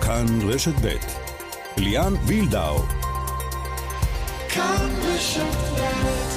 כאן רשת ב' ליאן וילדאו. כאן רשת ב'.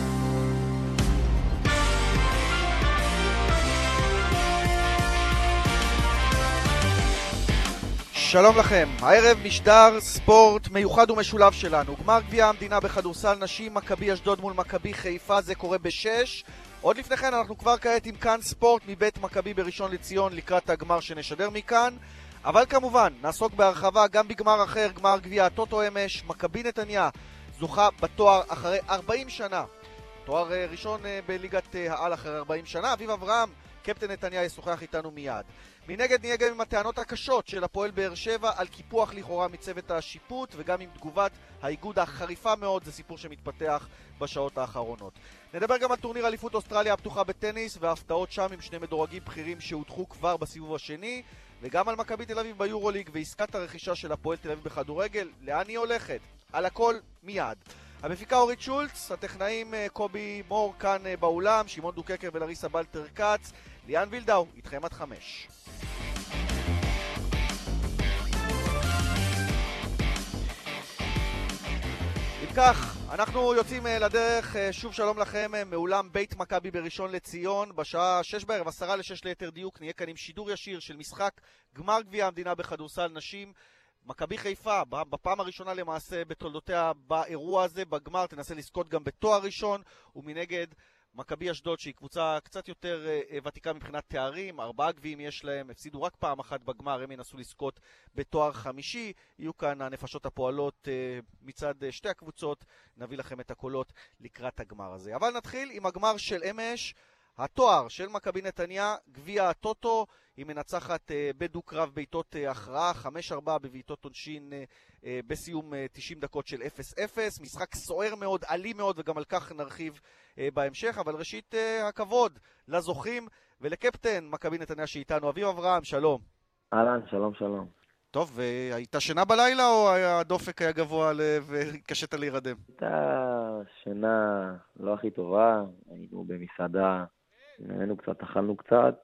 שלום לכם, הערב משדר ספורט מיוחד ומשולב שלנו. גמר גביע המדינה בכדורסל נשים, מכבי אשדוד מול מכבי חיפה, זה קורה ב-6. עוד לפני כן אנחנו כבר כעת עם כאן ספורט מבית מכבי בראשון לציון לקראת הגמר שנשדר מכאן. אבל כמובן נעסוק בהרחבה גם בגמר אחר, גמר גביע הטוטו אמש. מכבי נתניה זוכה בתואר אחרי 40 שנה. תואר ראשון בליגת העל אחרי 40 שנה. אביב אברהם, קפטן נתניה, ישוחח איתנו מיד. מנגד נהיה גם עם הטענות הקשות של הפועל באר שבע על קיפוח לכאורה מצוות השיפוט, וגם עם תגובת האיגוד החריפה מאוד, זה סיפור שמתפתח בשעות האחרונות. נדבר גם על טורניר אליפות אוסטרליה הפתוחה בטניס וההפתעות שם עם שני מדורגים בכירים שהודחו כבר בסיבוב השני, וגם על מכבי תל אביב ביורוליג ועסקת הרכישה של הפועל תל אביב בכדורגל, לאן היא הולכת? על הכל מיד. המפיקה אורית שולץ, הטכנאים קובי מור כאן באולם, שמעון דוקקר ולריסה בלטר קץ. ליאן וילדאו, איתכם עד 5. אם כך, אנחנו יוצאים לדרך. שוב שלום לכם מאולם בית מכבי בראשון לציון. בשעה 6 בערב, 5:50 ליתר דיוק, נהיה כאן עם שידור ישיר של משחק גמר גביע המדינה בכדורסל נשים. מכבי חיפה, בפעם הראשונה למעשה בתולדותיה באירוע הזה, בגמר, תנסה לזכות גם בתואר ראשון, ומנגד מכבי אשדוד שהיא קבוצה קצת יותר ותיקה מבחינת תארים, 4 גביעים יש להם, הפסידו רק פעם אחת בגמר, הם ינסו לזכות בתואר חמישי. יהיו כאן הנפשות הפועלות מצד שתי הקבוצות, נביא לכם את הקולות לקראת הגמר הזה. אבל נתחיל עם הגמר של אמש, התואר של מכבי נתניה, גביע הטוטו. היא מנצחת בדו-קרב בעיטות הכרעה, 5-4 בבעיטות עונשין בסיום 90 דקות של 0-0. משחק סוער מאוד, עלי מאוד, וגם על כך נרחיב בהמשך. אבל ראשית הכבוד לזוכים ולקפטן מכבי נתניה שאיתנו, אביב אברהם, שלום. אהלן, שלום, שלום. טוב, היית שינה בלילה או הדופק היה גבוה וקשת להירדם? הייתה שינה לא הכי טובה, היינו במסעדה, נהיינו קצת, אכלנו קצת,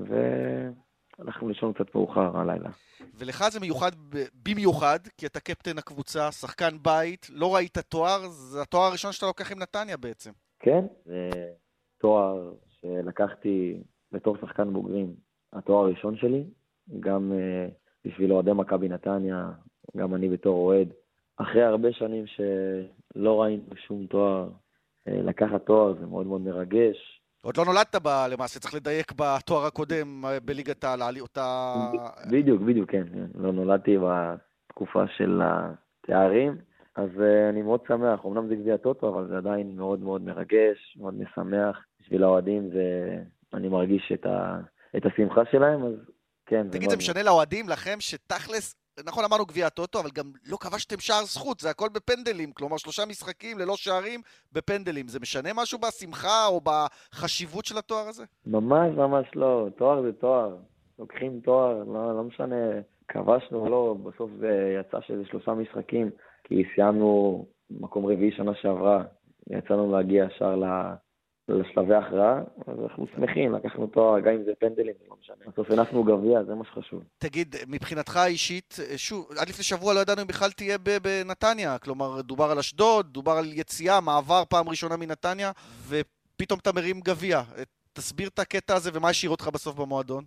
והלכנו לישון קצת מאוחר הלילה. ולך זה מיוחד במיוחד, כי אתה קפטן הקבוצה, שחקן בית, לא ראית תואר, זה התואר הראשון שאתה לוקח עם נתניה בעצם. כן, זה תואר שלקחתי בתור שחקן בוגרים, התואר הראשון שלי, גם בשביל אוהדי מכבי נתניה, גם אני בתור אוהד. אחרי הרבה שנים שלא ראינו שום תואר, לקחת תואר זה מאוד מאוד מרגש. עוד לא נולדת בה, למעשה, צריך לדייק בתואר הקודם בליגת העל, אותה... בדיוק, כן. לא נולדתי בתקופה של התארים, אז אני מאוד שמח. אמנם זה גביע טוטו, אבל זה עדיין מאוד מאוד מרגש, מאוד משמח. בשביל האוהדים אני מרגיש את השמחה שלהם, אז כן. תגיד, זה משנה לאוהדים, לכם, שתכלס, נכון אמרנו גביע טוטו, אבל גם לא כבשתם שער זכות, זה הכל בפנדלים, כלומר 3 משחקים ללא שערים בפנדלים. זה משנה משהו בשמחה או בחשיבות של התואר הזה? ממש לא, תואר זה תואר, לוקחים תואר, לא משנה, כבשנו או לא, בסוף זה יצא שזה 3 משחקים, כי סיימנו מקום רביעי שנה שעברה, יצאנו להגיע ישר לשלבי הכרעה, אז אנחנו שמחים, לקחנו תואר, גם אם זה פנדלים, לא משנה. בסוף אנחנו גביע, זה מה שחשוב. תגיד, מבחינתך האישית, שוב, עד לפני שבוע לא ידענו אם בכלל תהיה בנתניה, כלומר, דובר על אשדוד, דובר על יציאה, מעבר פעם ראשונה מנתניה, ופתאום אתה מרים גביע. תסביר את הקטע הזה ומה השאיר אותך בסוף במועדון?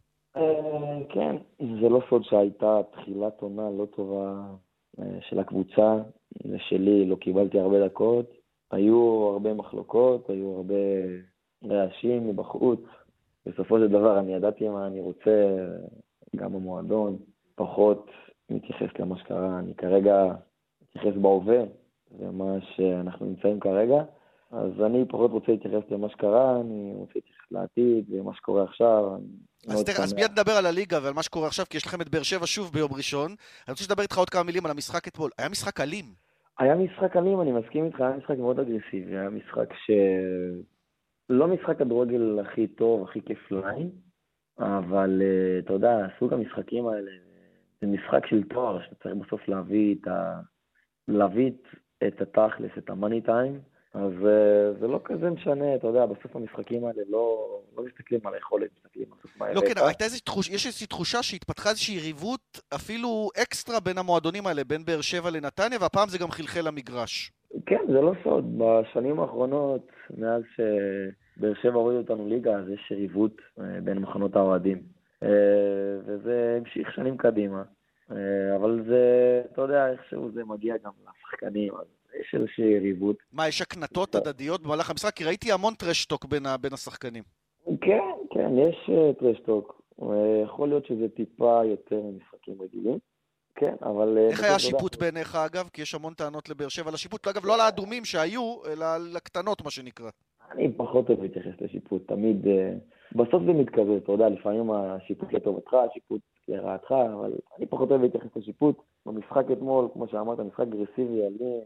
כן, זה לא סוד שהייתה תחילת עונה לא טובה של הקבוצה, ושלי לא קיבלתי הרבה דקות, היו הרבה מחלוקות, היו הרבה רעשים מבחוץ. בסופו של דבר אני ידעתי מה אני רוצה, גם במועדון, פחות מתייחס למה שקרה. אני כרגע מתייחס בהווה, ומה שאנחנו נמצאים כרגע. אז אני פחות רוצה להתייחס למה שקרה, אני רוצה להתייחס לעתיד, ומה שקורה עכשיו. אז מיד נדבר על הליגה ועל מה שקורה עכשיו, כי יש לכם את באר שבע שוב ביום ראשון. אני רוצה שתדבר איתך עוד כמה מילים על המשחק אתמול. היה משחק אלים. היה משחק אלים, אני מסכים איתך, היה משחק מאוד אגרסיבי, היה משחק לא משחק כדורגל הכי טוב, הכי כיף לעין, אבל אתה יודע, סוג המשחקים האלה, זה משחק של תואר, שצריך בסוף להביא את התכלס, את המאני טיים, אז זה לא כזה משנה, אתה יודע, בסוף המשחקים האלה לא מסתכלים על היכולת, מסתכלים בסוף מה לא, כן, הרקע. יש איזושהי תחושה שהתפתחה איזושהי יריבות אפילו אקסטרה בין המועדונים האלה, בין באר שבע לנתניה, והפעם זה גם חלחל למגרש. כן, זה לא סוד. בשנים האחרונות, מאז שבאר שבע הורידו אותנו ליגה, אז יש יריבות בין מחנות האוהדים. וזה המשיך שנים קדימה. אבל זה, אתה יודע, איכשהו זה מגיע גם לשחקנים, אז יש איזושהי יריבות. מה, יש הקנטות הדדיות במהלך המשחק? כי ראיתי המון טרשטוק בין השחקנים. כן, כן, יש טרשטוק. יכול להיות שזה טיפה יותר ממשחקים רגילים. כן, אבל... איך היה השיפוט בעיניך, אגב? כי יש המון טענות לבאר שבע על השיפוט. אגב, לא על האדומים שהיו, אלא על הקטנות, מה שנקרא. אני פחות אוהב להתייחס לשיפוט. תמיד... בסוף זה מתכזה, אתה יודע, לפעמים השיפוט לטובתך, השיפוט לרעתך, אבל אני פחות אוהב להתייחס לשיפוט. במשחק אתמול, כמו שאמרת, משחק אגרסיבי,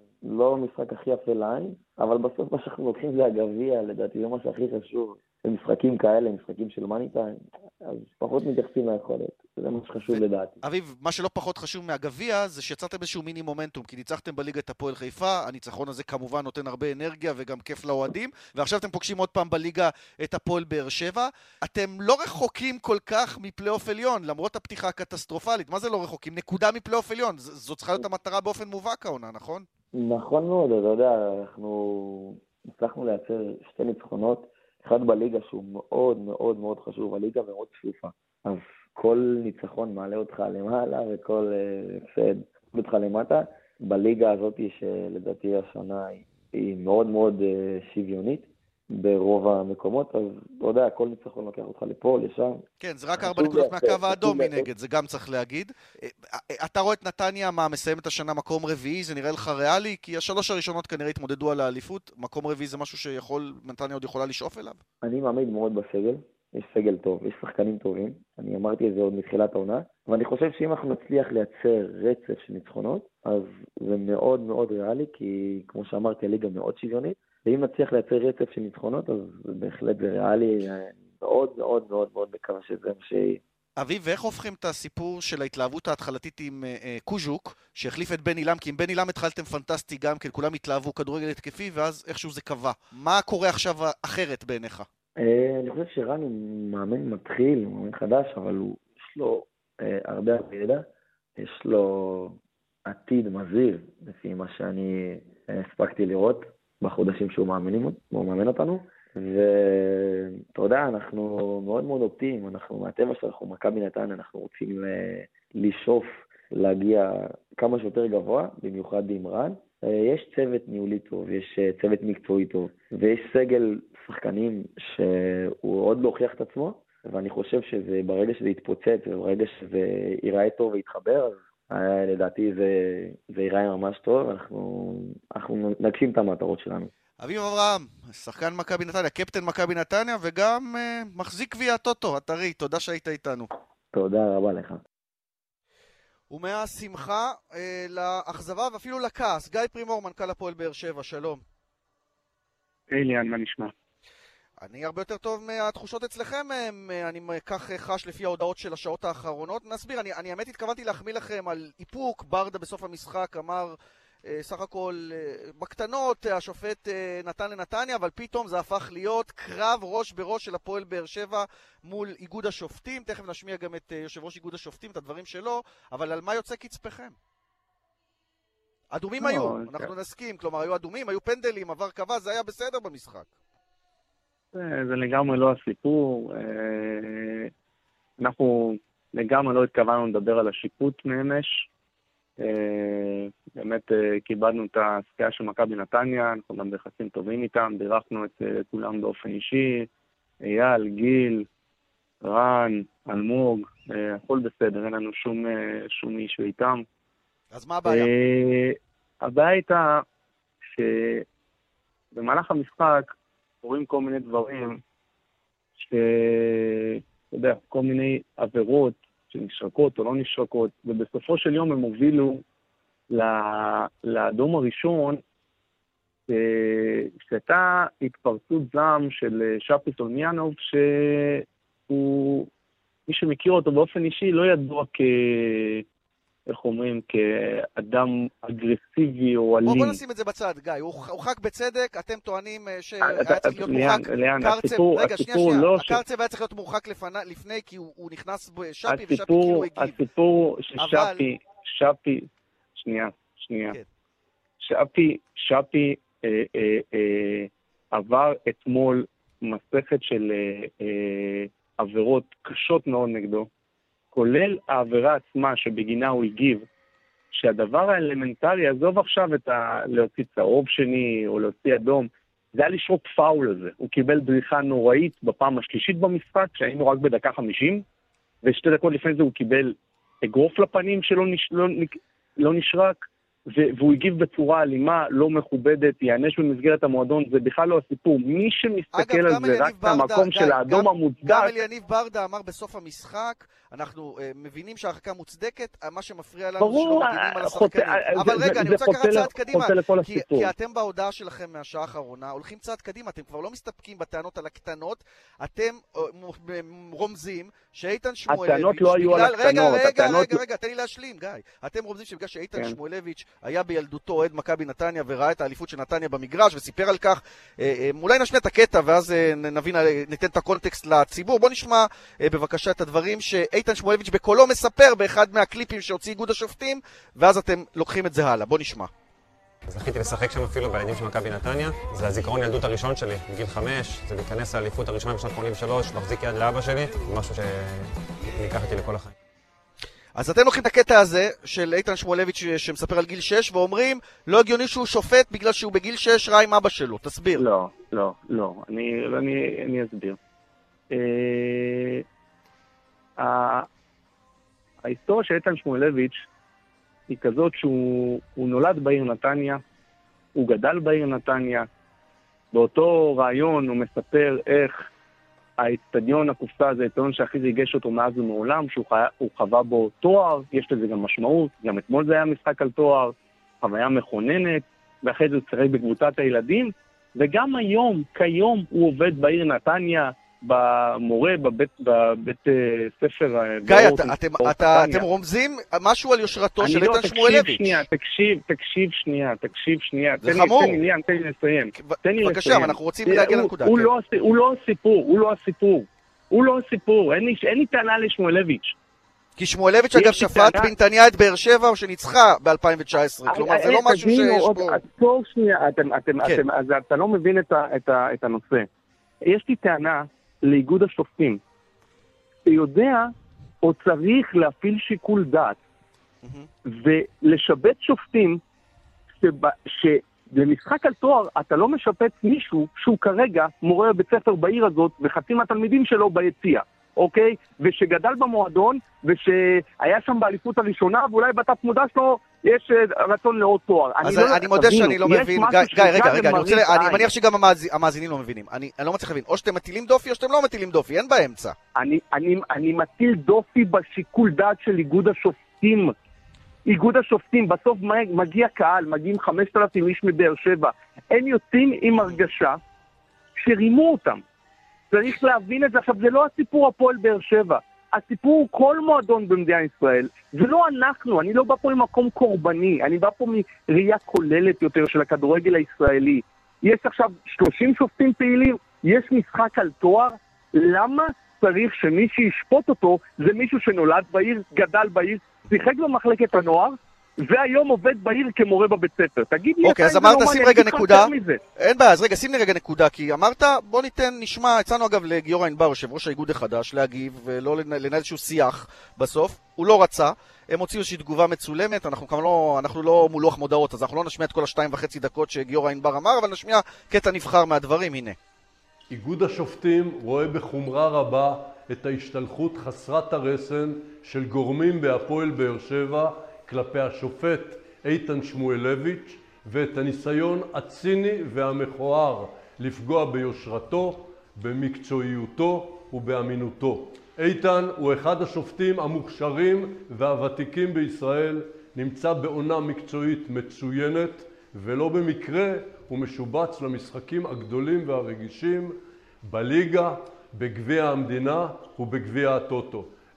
לא משחק הכי יפה לעין, אבל בסוף מה שאנחנו לוקחים זה הגביע, לדעתי זה מה שהכי חשוב. במשחקים כאלה, משחקים של מאני טיים, אז פחות מתייחסים ליכולת. זה מה שחשוב לדעתי. אביב, מה שלא פחות חשוב מהגביע זה שיצרתם איזשהו מיני מומנטום, כי ניצחתם בליגה את הפועל חיפה, הניצחון הזה כמובן נותן הרבה אנרגיה וגם כיף לאוהדים, ועכשיו אתם פוגשים עוד פעם בליגה את הפועל באר שבע. אתם לא רחוקים כל כך מפלייאוף עליון, למרות הפתיחה הקטסטרופלית. מה זה לא רחוקים? נקודה מפלייאוף עליון. זו צריכה להיות המטרה באופן מובהק העונה, נכון? נכון מאוד, אתה יודע, אנחנו הצלחנו לייצר שתי ניצחונות, אחד בליגה שהוא מאוד מאוד מאוד חשוב, הליגה מאוד צפופה. אז כל ניצחון מעלה אותך למעלה וכל הפסד מעלה אותך למטה. בליגה הזאת שלדעתי השנה היא מאוד מאוד שוויונית ברוב המקומות, אז אתה יודע, כל ניצחון לוקח אותך לפה, לשם. כן, זה רק 4 נקודות מהקו האדום מנגד, זה גם צריך להגיד. אתה רואה את נתניה, מה, מסיים את השנה מקום רביעי, זה נראה לך ריאלי? כי השלוש הראשונות כנראה התמודדו על האליפות, מקום רביעי זה משהו נתניה עוד יכולה לשאוף אליו? אני מאמין מאוד בסגל, יש סגל טוב, יש שחקנים טובים, אני אמרתי את זה עוד מתחילת העונה, ואני חושב שאם אנחנו נצליח לייצר רצף של ניצחונות, אז זה מאוד מאוד ריאלי, כי כמו שאמרתי, הליגה מאוד שוויונית, ואם נצליח לייצר רצף של ניצחונות, אז בהחלט זה ריאלי, מאוד מאוד מאוד מאוד מקווה שזה מה שיהיה. אביב, ואיך הופכים את הסיפור של ההתלהבות ההתחלתית עם קוז'וק, שהחליף את בן אילם, כי עם בן אילם התחלתם פנטסטי גם, כי כולם התלהבו כדורגל התקפי, ואז איכשהו זה קבע. מה קורה עכשיו אחרת בעיניך? אני חושב שרן הוא מאמן מתחיל, הוא מאמן חדש, אבל יש לו הרבה ידע, יש לו עתיד מזהיר, לפי מה שאני הספקתי לראות בחודשים שהוא מאמן אותנו, ואתה יודע, אנחנו מאוד מאוד אופטימיים, אנחנו מהטבע שאנחנו מכבי נתניה, אנחנו רוצים לשאוף להגיע כמה שיותר גבוה, במיוחד עם רן. יש צוות ניהולי טוב, יש צוות מקצועי טוב, ויש סגל שחקנים שהוא עוד לא הוכיח את עצמו, ואני חושב שברגע שזה יתפוצץ, וברגע שזה ייראה טוב ויתחבר, אז לדעתי זה ייראה ממש טוב, אנחנו נגשים את המטרות שלנו. אביב אברהם, שחקן מכבי נתניה, קפטן מכבי נתניה, וגם מחזיק גביע הטוטו, הטרי, תודה שהיית איתנו. תודה רבה לך. ומהשמחה לאכזבה ואפילו לכעס, גיא פרימור, מנכ"ל הפועל באר שבע, שלום. היי ליאן, מה נשמע? אני הרבה יותר טוב מהתחושות אצלכם, אני כך חש לפי ההודעות של השעות האחרונות. נסביר, אני האמת התכוונתי להחמיא לכם על איפוק, ברדה בסוף המשחק אמר סך הכל בקטנות השופט נתן לנתניה, אבל פתאום זה הפך להיות קרב ראש בראש של הפועל באר שבע מול איגוד השופטים. תכף נשמיע גם את יושב ראש איגוד השופטים, את הדברים שלו, אבל על מה יוצא קצפכם? אדומים היו, אנחנו נסכים, כלומר היו אדומים, היו פנדלים, עבר קבע, זה היה בסדר במשחק. זה לגמרי לא הסיפור, אנחנו לגמרי לא התכוונו לדבר על השיפוט מאמש, באמת קיבלנו את הסקייה של מכבי נתניה, אנחנו גם ביחסים טובים איתם, בירכנו את כולם באופן אישי, אייל, גיל, רן, אלמוג, הכל בסדר, אין לנו שום אישו איתם. אז מה הבעיה? הבעיה הייתה שבמהלך המשחק קוראים כל מיני דברים אתה יודע, כל מיני עבירות שנשרקות או לא נשרקות, ובסופו של יום הם הובילו לאדום הראשון, שהייתה התפרצות זעם של שפי סולמיאנוב, שהוא, מי שמכיר אותו באופן אישי, לא ידוע איך אומרים, כאדם אגרסיבי או אלים. בוא נשים את זה בצד, גיא. הוא הורחק בצדק, אתם טוענים שהיה צריך להיות מורחק. קרצב, רגע, שנייה. הקרצב היה צריך להיות מורחק לפני, כי הוא נכנס בשאפי, ושאפי כאילו הגיב. הסיפור ששאפי, שנייה. שאפי עבר אתמול מסכת של עבירות קשות מאוד נגדו, כולל העבירה עצמה שבגינה הוא הגיב, שהדבר האלמנטרי, עזוב עכשיו להוציא צהוב שני או להוציא אדום, זה היה לשרוק פאול הזה. הוא קיבל דריכה נוראית בפעם השלישית במשחק, שהיינו רק בדקה 50, ושתי דקות לפני זה הוא קיבל אגרוף לפנים שלא לא נשרק, והוא הגיב בצורה אלימה, לא מכובדת, יענש במסגרת המועדון, זה בכלל לא הסיפור. מי שמסתכל על זה רק מהמקום של האדום המוצדק... גם אליניב ברדה אמר בסוף המשחק, אנחנו מבינים שההרחקה מוצדקת, מה שמפריע לנו שלא מגינים על השחקנים. אבל רגע, אני רוצה לקחת צעד קדימה, כי אתם בהודעה שלכם מהשעה האחרונה, הולכים צעד קדימה, אתם כבר לא מסתפקים בטענות על הקטנות, אתם רומזים שאיתן שמואלביץ'... הטענות לא היו על הקטנות. רגע, תן לי להשלים, גיא. אתם רומזים שבגלל שאיתן שמואלביץ' היה בילדותו אוהד מכבי נתניה וראה את האליפות של נתניה במגרש וסיפר על כך. אולי נשנה את הקטע ואז ניתן את הקונטקסט לציבור. בוא נשמע בבקשה את הדברים שאיתן שמואלביץ' בקולו מספר באחד מהקליפים שהוציא איגוד השופטים, ואז אתם לוקחים את זה הלאה. בוא נשמע. זכיתי לשחק שם אפילו בילדים של מכבי נתניה. זה הזיכרון ילדות הראשון שלי, בגיל 5. זה להיכנס לאליפות הראשונה בשנת 83, להחזיק יד לאבא שלי. זה משהו שניקח איתי לכל החיים. אז אתם לוקחים את הקטע הזה של איתן שמואלביץ' שמספר על גיל 6 ואומרים, לא הגיוני שהוא שופט בגלל שהוא בגיל 6 ראה עם אבא שלו. תסביר. לא. אני אסביר. ההיסטוריה של איתן שמואלביץ' היא כזאת שהוא נולד בעיר נתניה, הוא גדל בעיר נתניה, באותו רעיון הוא מספר איך האצטדיון הקופסה הזה, האצטדיון שהכי ריגש אותו מאז ומעולם, שהוא חווה בו תואר, יש לזה גם משמעות, גם אתמול זה היה משחק על תואר, חוויה מכוננת, ואחרי זה הוא צריך בקבוצת הילדים, וגם כיום הוא עובד בעיר נתניה, במורה, בבית ספר... גיא, אתם רומזים משהו על יושרתו של איתן שמואלביץ'. תקשיב שנייה. זה חמור. תן לי לסיים. בבקשה, אנחנו רוצים להגיע לנקודה. הוא לא הסיפור. אין לי טענה לשמואלביץ'. כי שמואלביץ' אגב שפט בנתניה את באר שבע או שניצחה ב-2019. כלומר, זה לא משהו שיש פה... עצור שנייה, אז אתה לא מבין את הנושא. יש לי טענה לאיגוד השופטים, שיודע או צריך להפעיל שיקול דעת, ולשבט שופטים, שבמשחק על תואר אתה לא משפט מישהו שהוא כרגע מורה בבית ספר בעיר הזאת, וחצי מהתלמידים שלו ביציע, אוקיי? ושגדל במועדון, ושהיה שם באליפות הראשונה, ואולי בתת מודע שלו יש רצון לעוד תואר. אז אני מודה שאני לא מבין. גיא, רגע, אני מניח שגם המאזינים לא מבינים. אני לא מצליח להבין. או שאתם מטילים דופי או שאתם לא מטילים דופי, אין באמצע. אני מטיל דופי בשיקול דעת של איגוד השופטים. איגוד השופטים, בסוף מגיע קהל, מגיעים 5,000 איש מבאר שבע. הם יוצאים עם הרגשה שרימו אותם. צריך להבין את זה. עכשיו, זה לא הסיפור הפועל באר שבע. הסיפור הוא כל מועדון במדינת ישראל. זה לא אנחנו, אני לא בא פה ממקום קורבני, אני בא פה מראייה כוללת יותר של הכדורגל הישראלי. יש עכשיו 30 שופטים פעילים, יש משחק על תואר, למה צריך שמי שישפוט אותו זה מישהו שנולד בעיר, גדל בעיר, שיחק במחלקת הנוער, והיום עובד בעיר כמורה בבית ספר. תגיד לי, אוקיי, אז אמרת, שים רגע נקודה. אין בעיה, אז רגע, שים לי רגע נקודה, כי אמרת, בוא נשמע, יצאנו אגב לגיורא ענבר, יושב ראש האיגוד החדש, להגיב, ולא לנהל איזשהו שיח בסוף, הוא לא רצה, הם הוציאו איזושהי תגובה מצולמת, אנחנו לא מול לוח מודעות, אז אנחנו לא נשמיע את כל 2.5 דקות שגיורא ענבר אמר, אבל נשמיע קטע נבחר מהדברים, הנה. איגוד השופטים רואה בחומרה רבה את ההשתלחות חסרת הרסן של גורמים בהפועל באר שבע כלפי השופט איתן שמואלביץ' ואת הניסיון הציני והמכוער לפגוע ביושרתו, במקצועיותו ובאמינותו. איתן הוא אחד השופטים המוכשרים והוותיקים בישראל, נמצא בעונה מקצועית מצוינת, ולא במקרה הוא משובץ למשחקים הגדולים והרגישים בליגה, בגביע המדינה ובגביע הטוטו.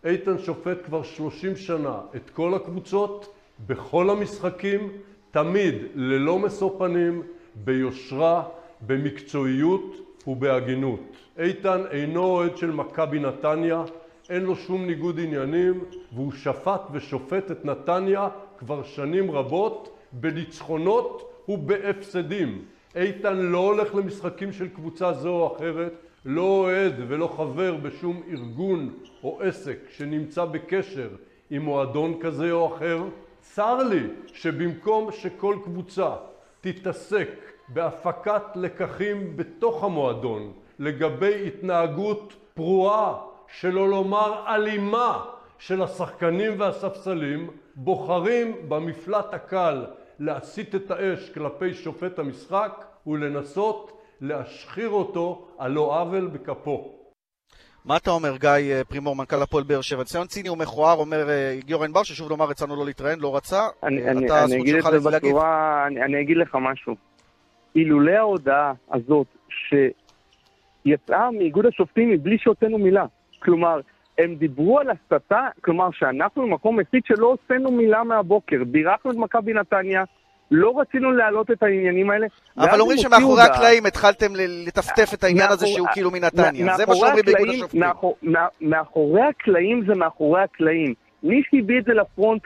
איתן שופט כבר 30 שנה את כל הקבוצות, בכל המשחקים, תמיד ללא משוא פנים, ביושרה, במקצועיות ובהגינות. איתן אינו אוהד של מכבי נתניה, אין לו שום ניגוד עניינים, והוא שפט ושופט את נתניה כבר שנים רבות, בניצחונות ובהפסדים. איתן לא הולך למשחקים של קבוצה זו או אחרת, לא אוהד ולא חבר בשום ארגון או עסק שנמצא בקשר עם מועדון כזה או אחר. צר לי שבמקום שכל קבוצה תתעסק בהפקת לקחים בתוך המועדון לגבי התנהגות פרועה, שלא לומר אלימה, של השחקנים והספסלים, בוחרים במפלט הקל להסיט את האש כלפי שופט המשחק ולנסות להשחיר אותו על לא עוול בכפו. מה אתה אומר, גיא פרימור, מנכ"ל הפועל באר שבע? ציון ציני ומכוער, אומר גיורא ענבר, ששוב לומר, יצאנו לא להתראיין, לא רצה. אני אגיד לך משהו. אילולי ההודעה הזאת שיצאה מאיגוד השופטים מבלי שהוצאנו מילה. כלומר, הם דיברו על הסתה, כלומר שאנחנו במקום מסית שלא הוצאנו מילה מהבוקר. בירכנו את מכבי נתניה, לא רצינו להעלות את העניינים האלה. אבל אומרים שמאחורי הקלעים התחלתם לטפטף את העניין הזה שהוא כאילו מנתניה. זה מה שאומרים באיגוד השופטים. מאחורי הקלעים זה מאחורי הקלעים. מי שהביא את זה לפרונט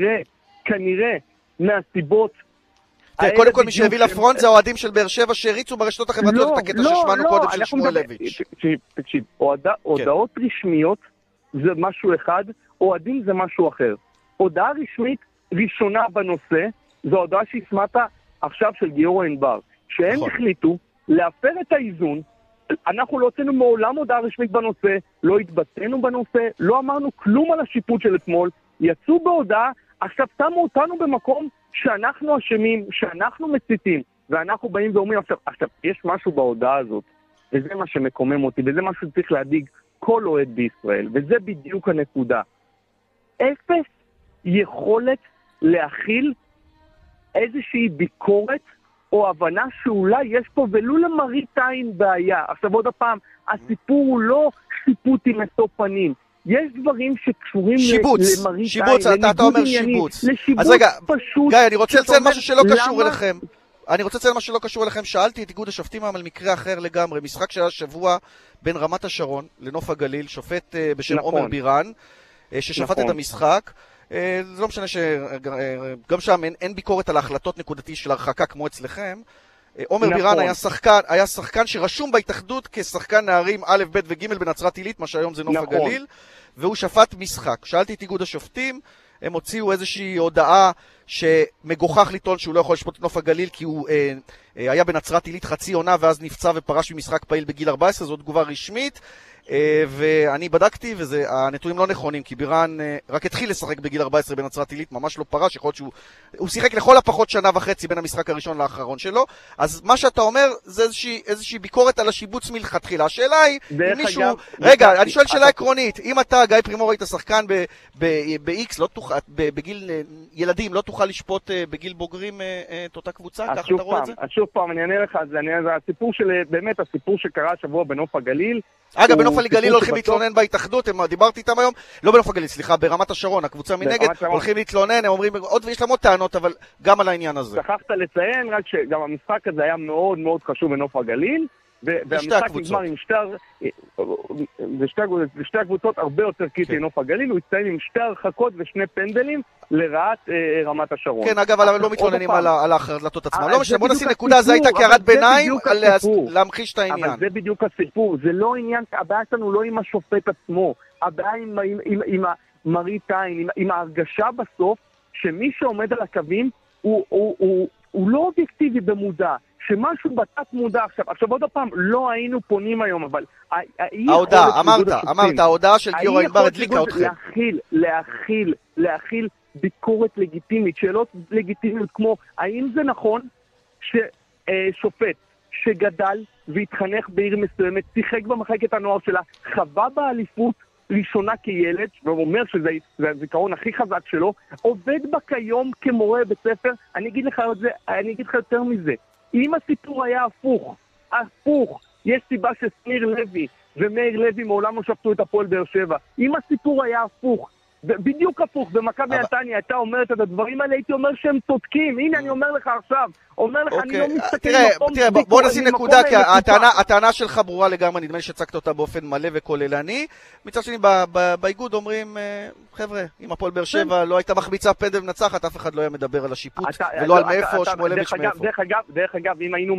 כנראה מהסיבות. קודם כל מי שהביא לפרונט זה האוהדים של באר שבע שהריצו ברשתות החברתיות את הקטע ששמענו קודם של שמואלביץ'. תקשיב, הודעות רשמיות זה משהו אחד, אוהדים זה משהו אחר. הודעה רשמית ראשונה בנושא זו הודעה שהסמאת עכשיו של גיורא ענבר, שהם החליטו להפר את האיזון. אנחנו לא הוצאנו מעולם הודעה רשמית בנושא, לא התבטאנו בנושא, לא אמרנו כלום על השיפוט של אתמול, יצאו בהודעה, עכשיו שמו אותנו במקום שאנחנו אשמים, שאנחנו מציתים, ואנחנו באים ואומרים, עכשיו יש משהו בהודעה הזאת, וזה מה שמקומם אותי, וזה מה שצריך להדאיג כל אוהד בישראל, וזה בדיוק הנקודה. אפס יכולת להכיל איזושהי ביקורת או הבנה שאולי יש פה ולו למראית עין בעיה. עכשיו עוד הפעם, הסיפור הוא לא שיפוט עם משוא פנים. יש דברים שקשורים למראית עין, אתה אומר שיבוץ. אז רגע, גיא, אני רוצה לציין משהו שלא קשור אליכם. משהו שלא קשור אליכם. שאלתי את איגוד השופטים על מקרה אחר לגמרי. משחק שהיה שבוע בין רמת השרון לנוף הגליל, שופט בשם עומר בירן, ששפט את המשחק. זה לא משנה שגם שם אין ביקורת על ההחלטות נקודתי של הרחקה כמו אצלכם. עומר בירן היה שחקן שרשום בהתאחדות כשחקן נערים א', ב' וג' בנצרת עילית, מה שהיום זה נוף הגליל, והוא שפט משחק. שאלתי את איגוד השופטים, הם הוציאו איזושהי הודעה שמגוחך לטעון שהוא לא יכול לשפוט את נוף הגליל כי הוא היה בנצרת עילית חצי עונה ואז נפצע ופרש ממשחק פעיל בגיל 14, זו תגובה רשמית. ואני בדקתי והנתונים לא נכונים, כי בירן רק התחיל לשחק בגיל 14 בנצרת עילית, ממש לא פרש, יכול להיות שהוא שיחק לכל הפחות שנה וחצי בין המשחק הראשון לאחרון שלו. אז מה שאתה אומר זה איזושהי ביקורת על השיבוץ מלכתחילה. השאלה היא, אם מישהו... רגע, אני שואל שאלה עקרונית, אם אתה, גיא פרימור, היית שחקן ב-X, בגיל ילדים, לא תוכל לשפוט בגיל בוגרים את אותה קבוצה? ככה אתה רואה את זה? שוב פעם, אני אענה לך, זה הסיפור של, באמת הסיפור שקרה השבוע בנוף הגליל. אגב, בנוף הגליל הולכים להתלונן בהתאחדות, דיברתי איתם היום, לא בנוף הגליל, סליחה, ברמת השרון, הקבוצה מנגד, הולכים להתלונן, הם אומרים, יש להם עוד טענות, אבל גם על העניין הזה. שכחת לציין רק שגם המשחק הזה היה מאוד מאוד חשוב בנוף הגליל, והמשחק נגמר עם שתי הקבוצות הרבה יותר קריטי לנוף הגליל, הוא הצטיין עם שתי הרחקות ושני פנדלים לרעת רמת השרון. כן, אגב, אבל לא מתלוננים על ההחלטות עצמם. לא משנה, בוא נשים נקודה, זה הייתה כהערת ביניים להמחיש את העניין. אבל זה בדיוק הסיפור, זה לא עניין, הבעיה שלנו לא עם השופט עצמו, הבעיה עם מראית עין, עם ההרגשה בסוף, שמי שעומד על הקווים הוא לא אובייקטיבי במודע. שמשהו בתת מודע עכשיו עוד הפעם, לא היינו פונים היום, אבל ההודעה, אמרת, ההודעה של גיורא ענבר הדליקה אתכם. להכיל ביקורת לגיטימית, שאלות לגיטימיות כמו, האם זה נכון ששופט שגדל והתחנך בעיר מסוימת, שיחק במחלקת הנוער שלה, חווה באליפות ראשונה כילד, ואומר שזה הזיכרון הכי חזק שלו, עובד בה כיום כמורה בית ספר, אני אגיד לך יותר מזה, אם הסיפור היה הפוך, יש סיבה שסניר לוי ומאיר לוי מעולם לא שפטו את הפועל באר שבע. אם הסיפור היה הפוך, בדיוק הפוך, במכבי נתניה הייתה אומרת את הדברים האלה, הייתי אומר שהם צודקים. הנה אני אומר לך עכשיו, אומר לך, אני לא מסתכל ממקום... תראה, בוא נשים נקודה, כי הטענה שלך ברורה לגמרי, נדמה לי שהצגת אותה באופן מלא וכוללני. מצד שני, באיגוד אומרים, חבר'ה, אם הפועל באר שבע לא הייתה מחמיצה פנדל מנצחת, אף אחד לא היה מדבר על השיפוט, ולא על מאיפה, שמואלביץ' מאיפה. דרך אגב, אם היינו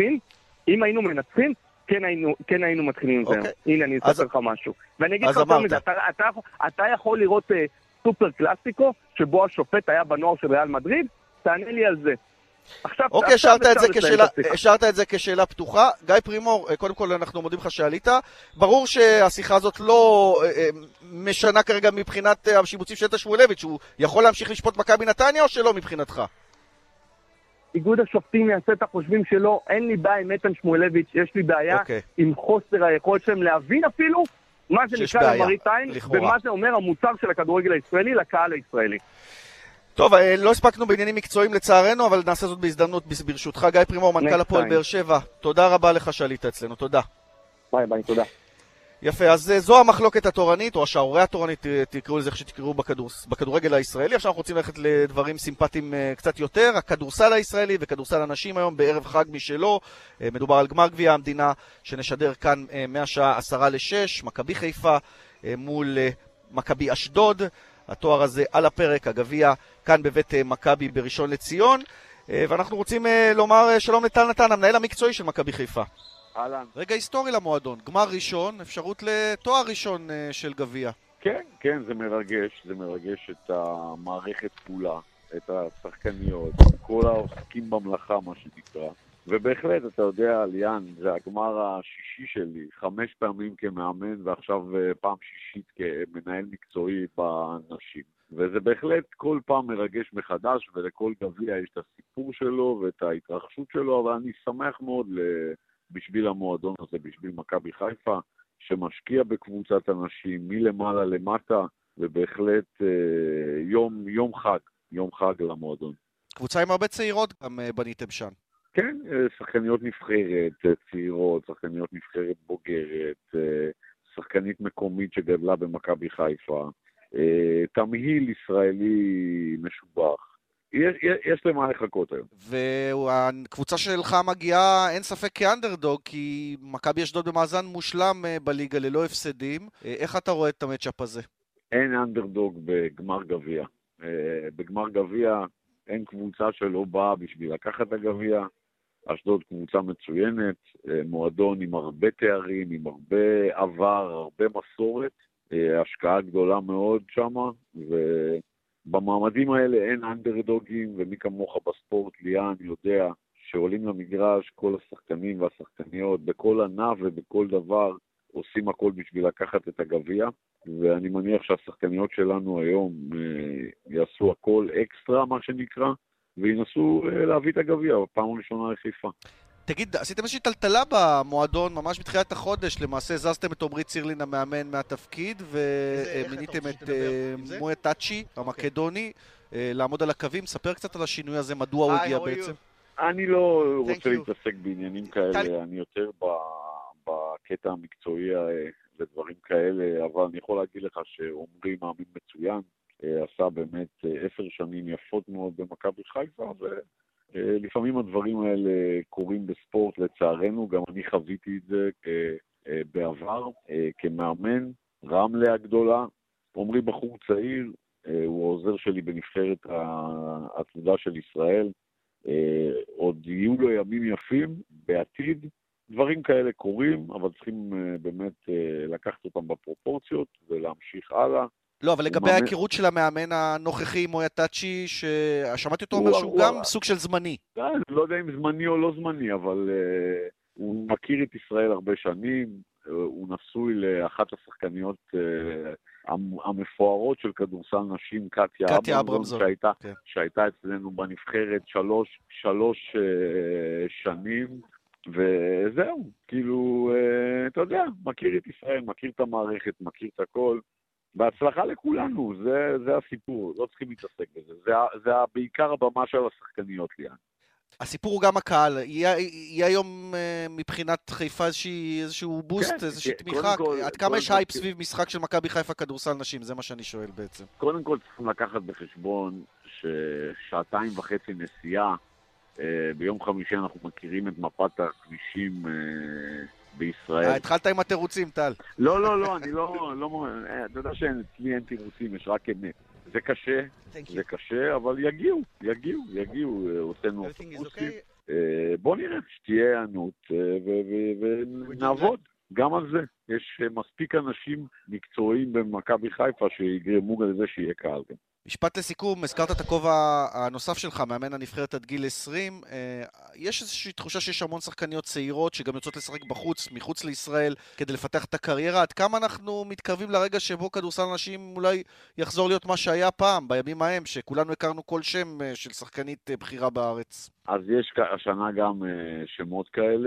מנצחים, כן היינו מתחילים עם זה. הנה, אני אספר לך משהו. ואני אגיד לך יותר מזה, אתה יכול לראות סופר קלאסיקו, שבו השופט היה בנוער של ריאל מדריד, תענה לי על זה. אוקיי, השארת את זה כשאלה פתוחה. גיא פרימור, קודם כל אנחנו מודים לך שעלית. ברור שהשיחה הזאת לא משנה כרגע מבחינת השיבוצים של שמואלביץ', הוא יכול להמשיך לשפוט מכבי נתניה או שלא מבחינתך? איגוד השופטים יעשה את החושבים שלו, אין לי בעיה עם איתן שמואלביץ', יש לי בעיה עם חוסר היכולת שלהם להבין אפילו מה זה נקרא למראית עין, ומה זה אומר המוצר של הכדורגל הישראלי לקהל הישראלי. טוב, לא הספקנו בעניינים מקצועיים לצערנו, אבל נעשה זאת בהזדמנות ברשותך. גיא פרימור, מנכ"ל הפועל באר שבע, תודה רבה לך שעלית אצלנו, תודה. ביי, תודה. יפה, אז זו המחלוקת התורנית, או השעוריה התורנית, תקראו לזה איך שתקראו בכדורגל הישראלי. עכשיו אנחנו רוצים ללכת לדברים סימפטיים קצת יותר, הכדורסל הישראלי וכדורסל הנשים היום בערב חג משלו. מדובר על גמר גביע המדינה שנשדר כאן מהשעה 5:50, מכבי חיפה מול מכבי אשדוד. התואר הזה על הפרק, הגביע כאן בבית מכבי בראשון לציון. ואנחנו רוצים לומר שלום לטל נתן, המנהל המקצועי של מכבי חיפה. אהלן. רגע היסטורי למועדון, גמר ראשון, אפשרות לתואר ראשון של גביע. כן, זה מרגש את המערכת כולה, את השחקניות, כל העוסקים במלאכה, מה שנקרא. ובהחלט, אתה יודע, ליאן, זה הגמר השישי שלי, 5 פעמים כמאמן, ועכשיו פעם שישית כמנהל מקצועי בנשים. וזה בהחלט כל פעם מרגש מחדש, ולכל גביע יש את הסיפור שלו ואת ההתרחשות שלו, אבל אני שמח מאוד בשביל המועדון הזה, בשביל מכבי חיפה, שמשקיע בקבוצת אנשים מלמעלה למטה, ובהחלט יום חג למועדון. קבוצה עם הרבה צעירות גם בניתם שם. כן, שחקניות נבחרת צעירות, שחקניות נבחרת בוגרת, שחקנית מקומית שגדלה במכבי חיפה, תמהיל ישראלי משובח. יש למה לחכות היום. והקבוצה שלך מגיעה, אין ספק, כאנדרדוג, כי מכבי אשדוד במאזן מושלם בליגה ללא הפסדים. איך אתה רואה את המצ'אפ הזה? אין אנדרדוג בגמר גביע. בגמר גביע אין קבוצה שלא באה בשביל לקחת את הגביע. אשדוד קבוצה מצוינת, מועדון עם הרבה תארים, עם הרבה עבר, הרבה מסורת, השקעה גדולה מאוד שמה, ובמעמדים האלה אין אנדרדוגים, ומי כמוך בספורט, ליאן, יודע שעולים למגרש כל השחקנים והשחקניות, בכל ענף ובכל דבר, עושים הכל בשביל לקחת את הגביע, ואני מניח שהשחקניות שלנו היום יעשו הכל אקסטרה, מה שנקרא, וינסו להביא את הגביע בפעם הראשונה לחיפה. תגיד, עשיתם איזושהי טלטלה במועדון ממש בתחילת החודש, למעשה זזתם את עומרי צירלין המאמן מהתפקיד ומיניתם את מויה טאצ'י המקדוני לעמוד על הקווים. ספר קצת על השינוי הזה, מדוע הוא הגיע בעצם? אני לא רוצה להתעסק בעניינים כאלה, אני יותר בקטע המקצועי לדברים כאלה, אבל אני יכול להגיד לך שעומרי מאמין מצוין, עשה באמת 10 שנים יפות מאוד במכבי חיפה, ולפעמים הדברים האלה קורים בספורט לצערנו, גם אני חוויתי את זה בעבר כמאמן. רמלה הגדולה, עומרי בחור צעיר, הוא העוזר שלי בנבחרת העתודה של ישראל, עוד יהיו לו ימים יפים בעתיד, דברים כאלה קורים, אבל צריכים באמת לקחת אותם בפרופורציות ולהמשיך הלאה. לא, אבל לגבי ההיכרות של המאמן הנוכחי, מויה טאצ'י, ששמעתי אותו אומר שהוא גם סוג של זמני. לא יודע אם זמני או לא זמני, אבל הוא מכיר את ישראל הרבה שנים, הוא נשוי לאחת השחקניות המפוארות של כדורסל נשים, קטיה אברמזון, שהייתה אצלנו בנבחרת 3 שנים, וזהו, כאילו, אתה יודע, מכיר את ישראל, מכיר את המערכת, מכיר את הכל, בהצלחה לכולנו, זה הסיפור, לא צריכים להתעסק בזה, זה בעיקר הבמה של השחקניות ליאן. הסיפור הוא גם הקהל. יהיה היום מבחינת חיפה איזשהו בוסט, איזושהי תמיכה? עד כמה יש הייפ סביב משחק של מכבי חיפה כדורסל נשים? זה מה שאני שואל בעצם. קודם כל צריכים לקחת בחשבון ששעתיים וחצי נסיעה, ביום חמישי אנחנו מכירים את מפת הכבישים בישראל. התחלת עם התירוצים, טל. לא, אני לא... אתה יודע שאצלי אין תירוצים, יש רק אמת. זה קשה, אבל יגיעו, הוצאנו אוטובוסים. בוא נראה שתהיה הענות ונעבוד גם על זה. יש מספיק אנשים מקצועיים במכבי חיפה שיגרמו לזה שיהיה קהל גם. משפט לסיכום, הזכרת את הכובע הנוסף שלך, מאמן הנבחרת עד גיל 20. יש איזושהי תחושה שיש המון שחקניות צעירות שגם יוצאות לשחק בחוץ, מחוץ לישראל, כדי לפתח את הקריירה. עד כמה אנחנו מתקרבים לרגע שבו כדורסל נשים אולי יחזור להיות מה שהיה פעם, בימים ההם, שכולנו הכרנו כל שם של שחקנית בחירה בארץ? אז יש השנה גם שמות כאלה,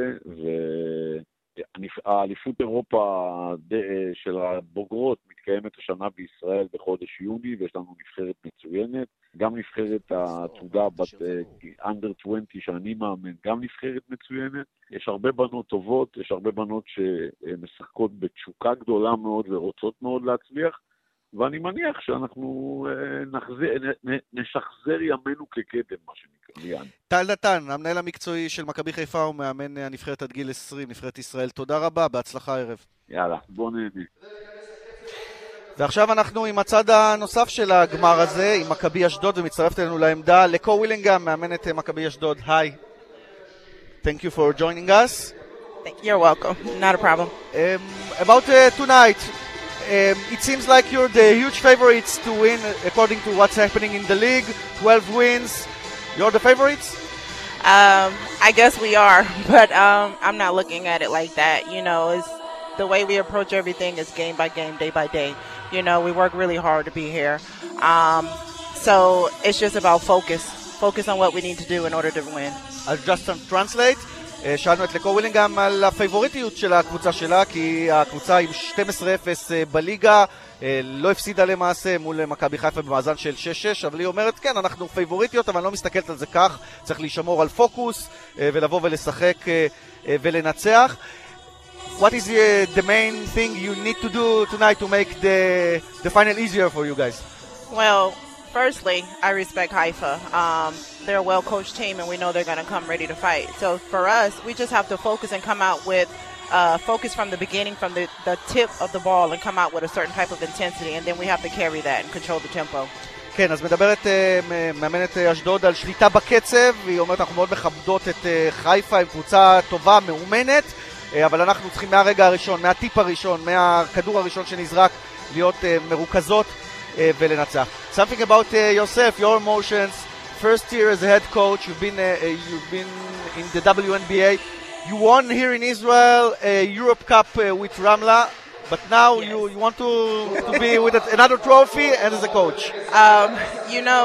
האליפות אירופה של הבוגרות מתקיימת השנה בישראל בחודש יוני, ויש לנו נבחרת מצוינת, גם נבחרת העתודה אנדר 20 שאני מאמן, גם נבחרת מצוינת. יש הרבה בנות טובות, יש הרבה בנות שמשחקות בתשוקה גדולה מאוד ורוצות מאוד להצליח, ואני מניח שאנחנו נשחזר ימינו כקדם, מה שנקרא, ליאן. טל דתן, המנהל המקצועי של מכבי חיפה ומאמן הנבחרת עד גיל 20, נבחרת ישראל. תודה רבה, בהצלחה הערב. יאללה, בוא נהנה. ועכשיו אנחנו עם הצד הנוסף של הגמר הזה, עם מכבי אשדוד, ומצטרפת אלינו לעמדה לקו ווילינגהם, מאמנת מכבי אשדוד. היי. Thank you for joining us. You're welcome. Not a problem. About tonight, it seems like you're the huge favorites to win according to what's happening in the league. 12 wins. You're the favorites? I guess we are, but I'm not looking at it like that. You know, it's the way we approach everything is game by game, day by day. You know, we work really hard to be here. So it's just about focus. Focus on what we need to do in order to win. I'll just translate. שאלנו את לקו ווילינגהם על הפייבוריטיות של הקבוצה שלה, כי הקבוצה עם 12-0 בליגה, לא הפסידה למעשה מול מכבי חיפה במאזן של 6-6, אבל היא אומרת, כן, אנחנו פייבוריטיות, אבל אני לא מסתכלת על זה כך, צריך להישמור על פוקוס ולבוא ולשחק ולנצח. What is the main thing you need to do tonight to make the final easier for you guys? Well, firstly, I respect Haifa. They're a well-coached team, and we know they're going to come ready to fight. So for us, we just have to focus and come out with focus from the beginning, from the tip of the ball, and come out with a certain type of intensity, and then we have to carry that and control the tempo. כן, אז מדברת מאמנת אשדוד על שליטה בקצב, והיא אומרת, אנחנו מאוד מכבדות את חיפה, עם קבוצה טובה, מאומנת, אבל אנחנו צריכים מהרגע הראשון, מהטיפ הראשון, מהכדור הראשון שנזרק, להיות מרוכזות ולנצח. Something about yourself, your emotions. First year as a head coach, you've been in the WNBA. You won here in Israel a Europe Cup with Ramla, but now yes. you want to be with another trophy and as a coach. You know,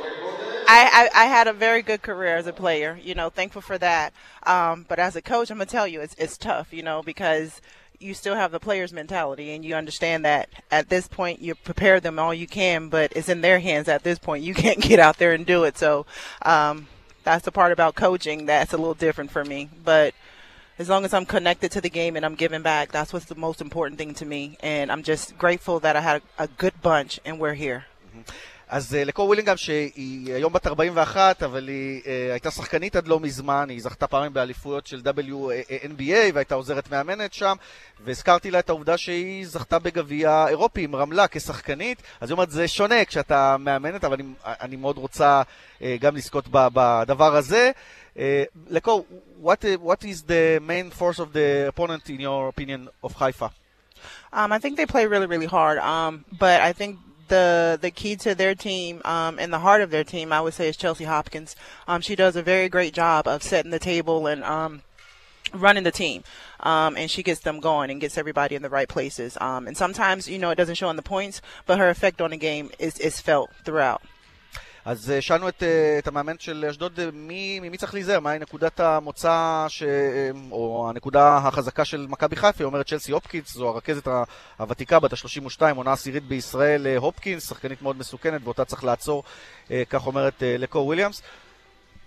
I had a very good career as a player, you know, thankful for that. But as a coach, I'm going to tell you, it's tough, you know, because you still have the player's mentality, and you understand that at this point you prepare them all you can, but it's in their hands at this point. You can't get out there and do it. So that's the part about coaching that's a little different for me. But as long as I'm connected to the game and I'm giving back, that's what's the most important thing to me. And I'm just grateful that I had a good bunch and we're here. אז לקו ווילינגהם שהיא היום בת 41, אבל היא הייתה שחקנית עד לא מזמן, היא זכתה פעמים באליפויות של WNBA והייתה עוזרת מאמנת שם, והזכרתי לה את העובדה שהיא זכתה בגביע אירופי עם רמלה כשחקנית, אז היא אומרת זה שונה כשאתה מאמנת, אבל אני מאוד רוצה גם לזכות בדבר הזה. לקו, what is the main force of the opponent in your opinion of Haifa? I think they play really, really hard, but I think the key to their team and the heart of their team, I would say, is Chelsea Hopkins. She does a very great job of setting the table and running the team, and she gets them going and gets everybody in the right places. And sometimes, you know, it doesn't show in the points, but her effect on the game is felt throughout. אז שאלנו את המאמן של אשדוד, מי צריך להיזהר? מהי נקודת המוצא או הנקודה החזקה של מכבי חיפה? היא אומרת צ'לסי הופקינס, זו הרכזת הוותיקה בת ה-32, עונה עשירית בישראל, הופקינס, שחקנית מאוד מסוכנת, ואותה צריך לעצור, כך אומרת לקו וויליאמס.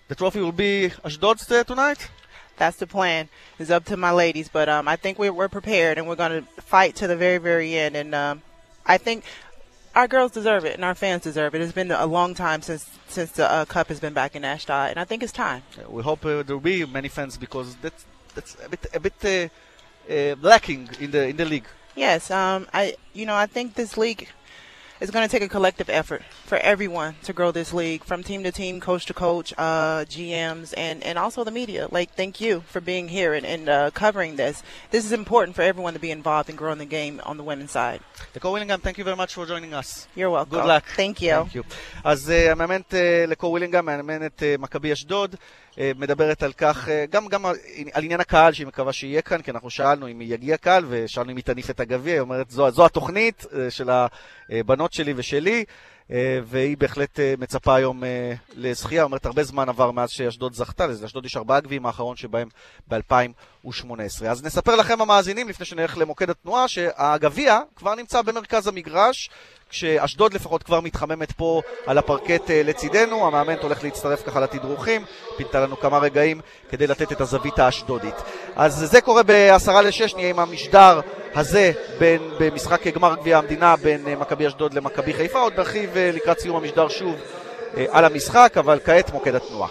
The trophy will be Ashdod's tonight? That's the plan. It's up to my ladies, but I think we're prepared and we're going to fight to the very, very end. And I think our girls deserve it and our fans deserve it. It's been a long time since the Cup has been back in Ashdod, and I think it's time. We hope there will be many fans because that's a bit lacking in the league. Yes, I think this league is going to take a collective effort for everyone to grow this league, from team to team, coach to coach, GMs, and also the media. Like, thank you for being here and covering this. This is important for everyone to be involved in growing the game on the women's side. לקו ווילינגהam, thank you very much for joining us. You're welcome. Good luck. Thank you. אז המאמנת לקו ווילינגהam, מאמנת מכבי אשדוד, מדברת על כך, גם על עניין הקהל שהיא מקווה שיהיה כאן, כי אנחנו שאלנו אם יגיע קהל, ושאלנו אם היא תניף את הגביע, היא אומרת, זו התוכנית של הבנות שלי ושלי, והיא בהחלט מצפה היום לזכייה, אומרת הרבה זמן עבר מאז שאשדוד זכתה, לאשדוד יש 4 גביעים האחרון שבהם ב-2018. אז נספר לכם המאזינים, לפני שנלך למוקד התנועה, שהגביע כבר נמצא במרכז המגרש, כשאשדוד לפחות כבר מתחממת פה על הפרקט לצידנו, המאמנת הולך להצטרף ככה לתדרוכים, פינתה לנו כמה רגעים כדי לתת את הזווית האשדודית. אז זה קורה ב5:50, נהיה עם המשדר הזה במשחק גמר גביע המדינה בין מכבי אשדוד למכבי חיפה, עוד נרחיב לקראת סיום המשדר שוב על המשחק, אבל כעת מוקד התנועה.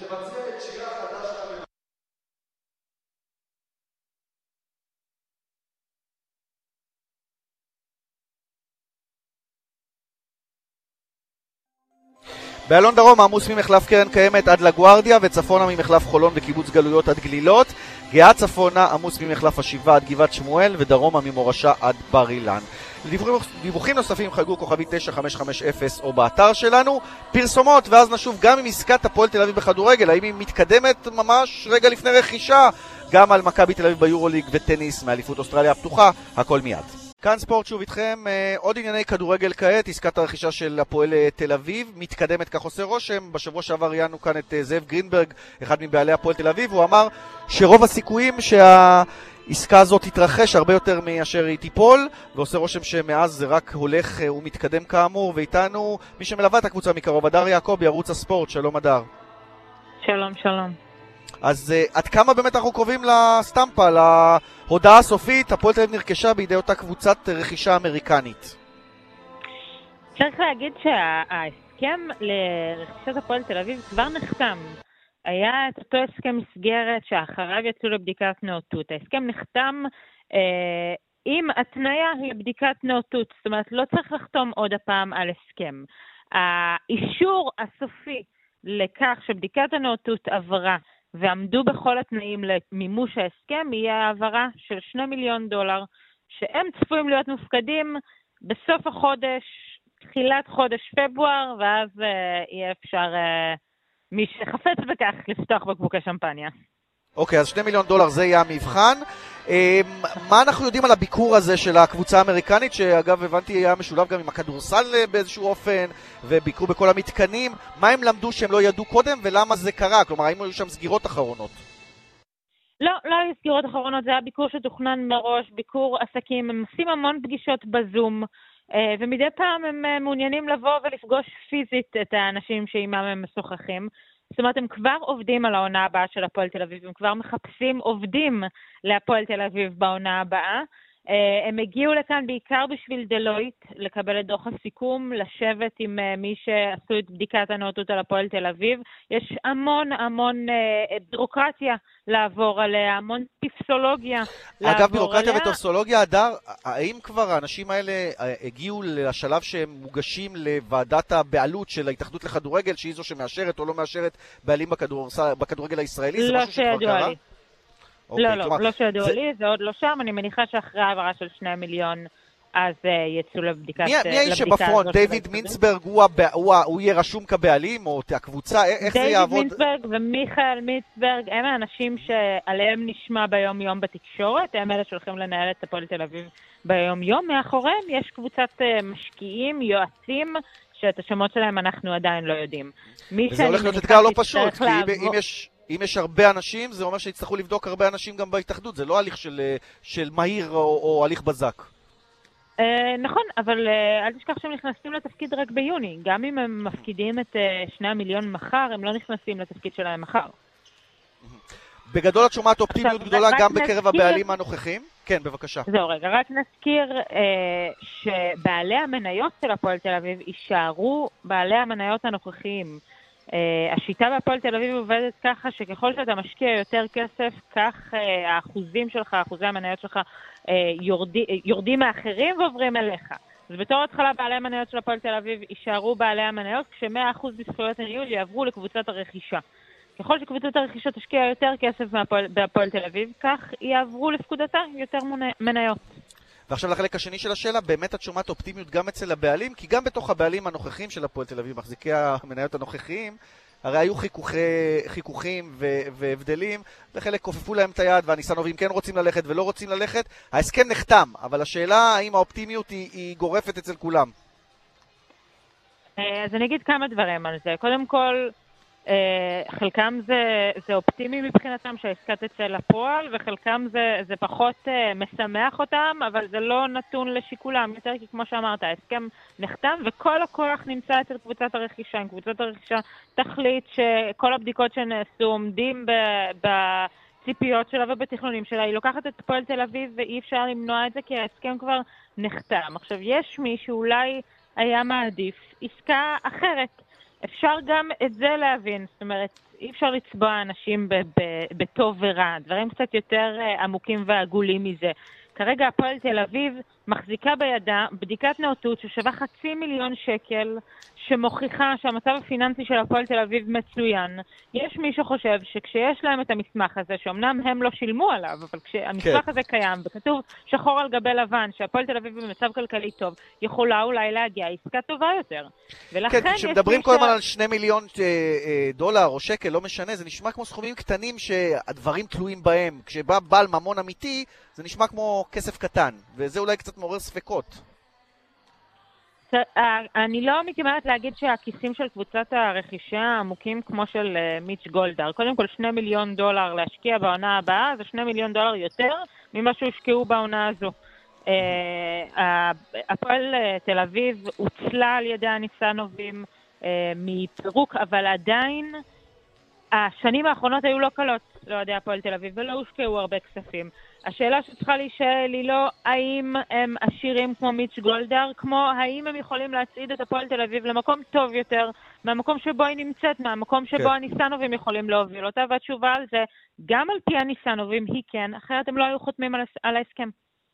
באלון דרום עמוס ממחלף קרן קיימת עד לגוארדיה, וצפונה ממחלף חולון וקיבוץ גלויות עד גלילות. גאה צפונה עמוס ממחלף השבעה עד גבעת שמואל, ודרומה ממורשה עד בר אילן. דיווחים נוספים חגגו כוכבי 9550 או באתר שלנו. פרסומות, ואז נשוב גם עם עסקת הפועל תל אביב בכדורגל, האם היא מתקדמת ממש רגע לפני רכישה, גם על מכבי תל אביב ביורוליג וטניס מאליפות אוסטרליה הפתוחה, הכל מיד. כאן ספורט שוב איתכם, עוד ענייני כדורגל כעת, עסקת הרכישה של הפועל תל אביב, מתקדמת כך עושה רושם. בשבוע שעבר ראיינו כאן את זאב גרינברג, אחד מבעלי הפועל תל אביב, הוא אמר שרוב הסיכויים שהעסקה הזאת תתרחש הרבה יותר מאשר היא תיפול, ועושה רושם שמאז זה רק הולך ומתקדם כאמור, ואיתנו מי שמלווה את הקבוצה מקרוב, הדר יעקבי, ערוץ הספורט. שלום הדר. שלום, שלום. אז עד כמה באמת אנחנו קרובים לסטמפה, להודעה הסופית, הפועל תל אביב נרכשה בידי אותה קבוצת רכישה אמריקנית? צריך להגיד שההסכם לרכישת הפועל תל אביב כבר נחתם. היה את אותו הסכם מסגרת שאחריו יצאו לבדיקת נאותות. ההסכם נחתם עם התניה לבדיקת נאותות, זאת אומרת לא צריך לחתום עוד הפעם על הסכם. האישור הסופי לכך שבדיקת הנאותות עברה ועמדו בכל התנאים למימוש ההסכם, יהיה העברה של $2 מיליון, שהם צפויים להיות מופקדים בסוף החודש, תחילת חודש פברואר, ואז יהיה אפשר, מי שחפץ בכך, לפתוח בקבוקי שמפניה. אוקיי, אז $2 מיליון זה יהיה המבחן. מה אנחנו יודעים על הביקור הזה של הקבוצה האמריקנית, שאגב הבנתי היה משולב גם עם הכדורסל באיזשהו אופן, וביקרו בכל המתקנים? מה הם למדו שהם לא ידעו קודם, ולמה זה קרה? כלומר, האם היו שם סגירות אחרונות? לא היו סגירות אחרונות, זה היה ביקור שתוכנן מראש, ביקור עסקים, הם עושים המון פגישות בזום, ומדי פעם הם מעוניינים לבוא ולפגוש פיזית את האנשים שעימם הם משוחחים. זאת אומרת, הם כבר עובדים על העונה הבאה של הפועל תל אביב, הם כבר מחפשים עובדים להפועל תל אביב בעונה הבאה. הם הגיעו לכאן בעיקר בשביל דלויט, לקבל את דוח הסיכום, לשבת עם מי שעשו את בדיקת הנאותות על הפועל תל אביב. יש המון בירוקרטיה לעבור עליה, המון טיפסולוגיה לעבור עליה. אגב, בירוקרטיה וטופסולוגיה, הדר, האם כבר האנשים האלה הגיעו לשלב שהם מוגשים לוועדת הבעלות של ההתאחדות לכדורגל, שהיא זו שמאשרת או לא מאשרת בעלים בכדורגל הישראלי? זה משהו שכבר קרה? לא שידוע לי, זה עוד לא שם. אני מניחה שאחרי העברה של $2 מיליון אז יצאו לבדיקה. מי האיש שבפרונט? דיוויד מינסברג הוא יהיה רשום כבעלים או הקבוצה? איך זה יעבוד? דיוויד מינסברג ומיכאל מינסברג הם האנשים שעליהם נשמע ביום יום בתקשורת, הם אלה שהולכים לנהל את הפועל תל אביב ביום יום. מאחוריהם יש קבוצת משקיעים, יועצים, שאת השמות שלהם אנחנו עדיין לא יודעים. וזה הולך להיות אתגר לא פשוט, כי אם יש הרבה אנשים, זה אומר שיצטרכו לבדוק הרבה אנשים גם בהתאחדות. זה לא הליך של מהיר או הליך בזק. נכון, אבל אל תשכח שהם נכנסים לתפקיד רק ביוני. גם אם הם מפקידים את 2 מיליון מחר, הם לא נכנסים לתפקיד שלהם מחר. בגדול את שומעת אופטימיות גדולה גם בקרב הבעלים הנוכחים? כן, בבקשה. זהו רגע, רק נזכיר שבעלי המניות של הפועל תל אביב יישארו בעלי המניות הנוכחיים. השיטה בהפועל תל אביב עובדת ככה שככל שאתה משקיע יותר כסף, כך האחוזים שלך, אחוזי המניות שלך יורדים מאחרים ועוברים אליך. אז בתור התחלה בעלי המניות של הפועל תל אביב יישארו בעלי המניות, כש100% בזכויות הניהול יעברו לקבוצת הרכישה. ככל שקבוצת הרכישה תשקיע יותר כסף בהפועל תל אביב, כך יעברו לפקודתה יותר מניות. ועכשיו לחלק השני של השאלה, באמת את שומעת אופטימיות גם אצל הבעלים, כי גם בתוך הבעלים הנוכחים של הפועל תל אביב, מחזיקי המניות הנוכחיים, הרי היו חיכוכים והבדלים, וחלק כופפו להם את היד, והניסנובים כן רוצים ללכת ולא רוצים ללכת. ההסכם נחתם, אבל השאלה האם האופטימיות היא גורפת אצל כולם. אז אני אגיד כמה דברים על זה. קודם כל, חלקם זה אופטימי מבחינתם שהעסקה תצא לפועל, וחלקם זה פחות משמח אותם, אבל זה לא נתון לשיקולם יותר, כי כמו שאמרת, ההסכם נחתם וכל הכוח נמצא אצל קבוצת הרכישה. אם קבוצת הרכישה תחליט שכל הבדיקות שנעשו עומדים בציפיות שלה ובתכנונים שלה, היא לוקחת את הפועל תל אביב ואי אפשר למנוע את זה כי ההסכם כבר נחתם. עכשיו יש מי שאולי היה מעדיף עסקה אחרת, אפשר גם את זה להבין, זאת אומרת, אי אפשר לצבוע אנשים בטוב ורע, דברים קצת יותר עמוקים ועגולים מזה. כרגע הפועל תל אביב מחזיקה בידה בדיקת נאותות ששווה 500,000 שקל, שמוכיחה שהמצב הפיננסי של הפועל תל אביב מצוין. יש מי שחושב שכשיש להם את המסמך הזה, שאומנם הם לא שילמו עליו, אבל כשהמסמך הזה קיים וכתוב שחור על גבי לבן שהפועל תל אביב במצב כלכלי טוב, יכולה אולי להגיע עסקה טובה יותר. כן, כשמדברים כל הזמן על 2 מיליון דולר או שקל, לא משנה, זה נשמע כמו סכומים קטנים שהדברים תלויים בהם. כשבא בעל ממון אמיתי, זה נשמע כמו כסף קטן, וזה אולי קצת מעורר ספקות. אני לא מתיימרת להגיד שהכיסים של קבוצת הרכישה עמוקים כמו של מיץ' גולדהר. קודם כל 2 מיליון דולר להשקיע בעונה הבאה, זה 2 מיליון דולר יותר ממה שהושקעו בעונה הזו. הפועל תל אביב הוצלה על ידי הניסנובים מפירוק, אבל עדיין השנים האחרונות היו לא קלות לאוהדי הפועל תל אביב ולא הושקעו הרבה כספים. השאלה שצריכה להישאל היא לא האם הם עשירים כמו מיץ' גולדהר, כמו האם הם יכולים להצעיד את הפועל תל אביב למקום טוב יותר, מהמקום שבו היא נמצאת, מהמקום שבו הניסנובים יכולים להוביל אותה, והתשובה על זה, גם על פי הניסנובים היא כן, אחרת הם לא היו חותמים על ההסכם.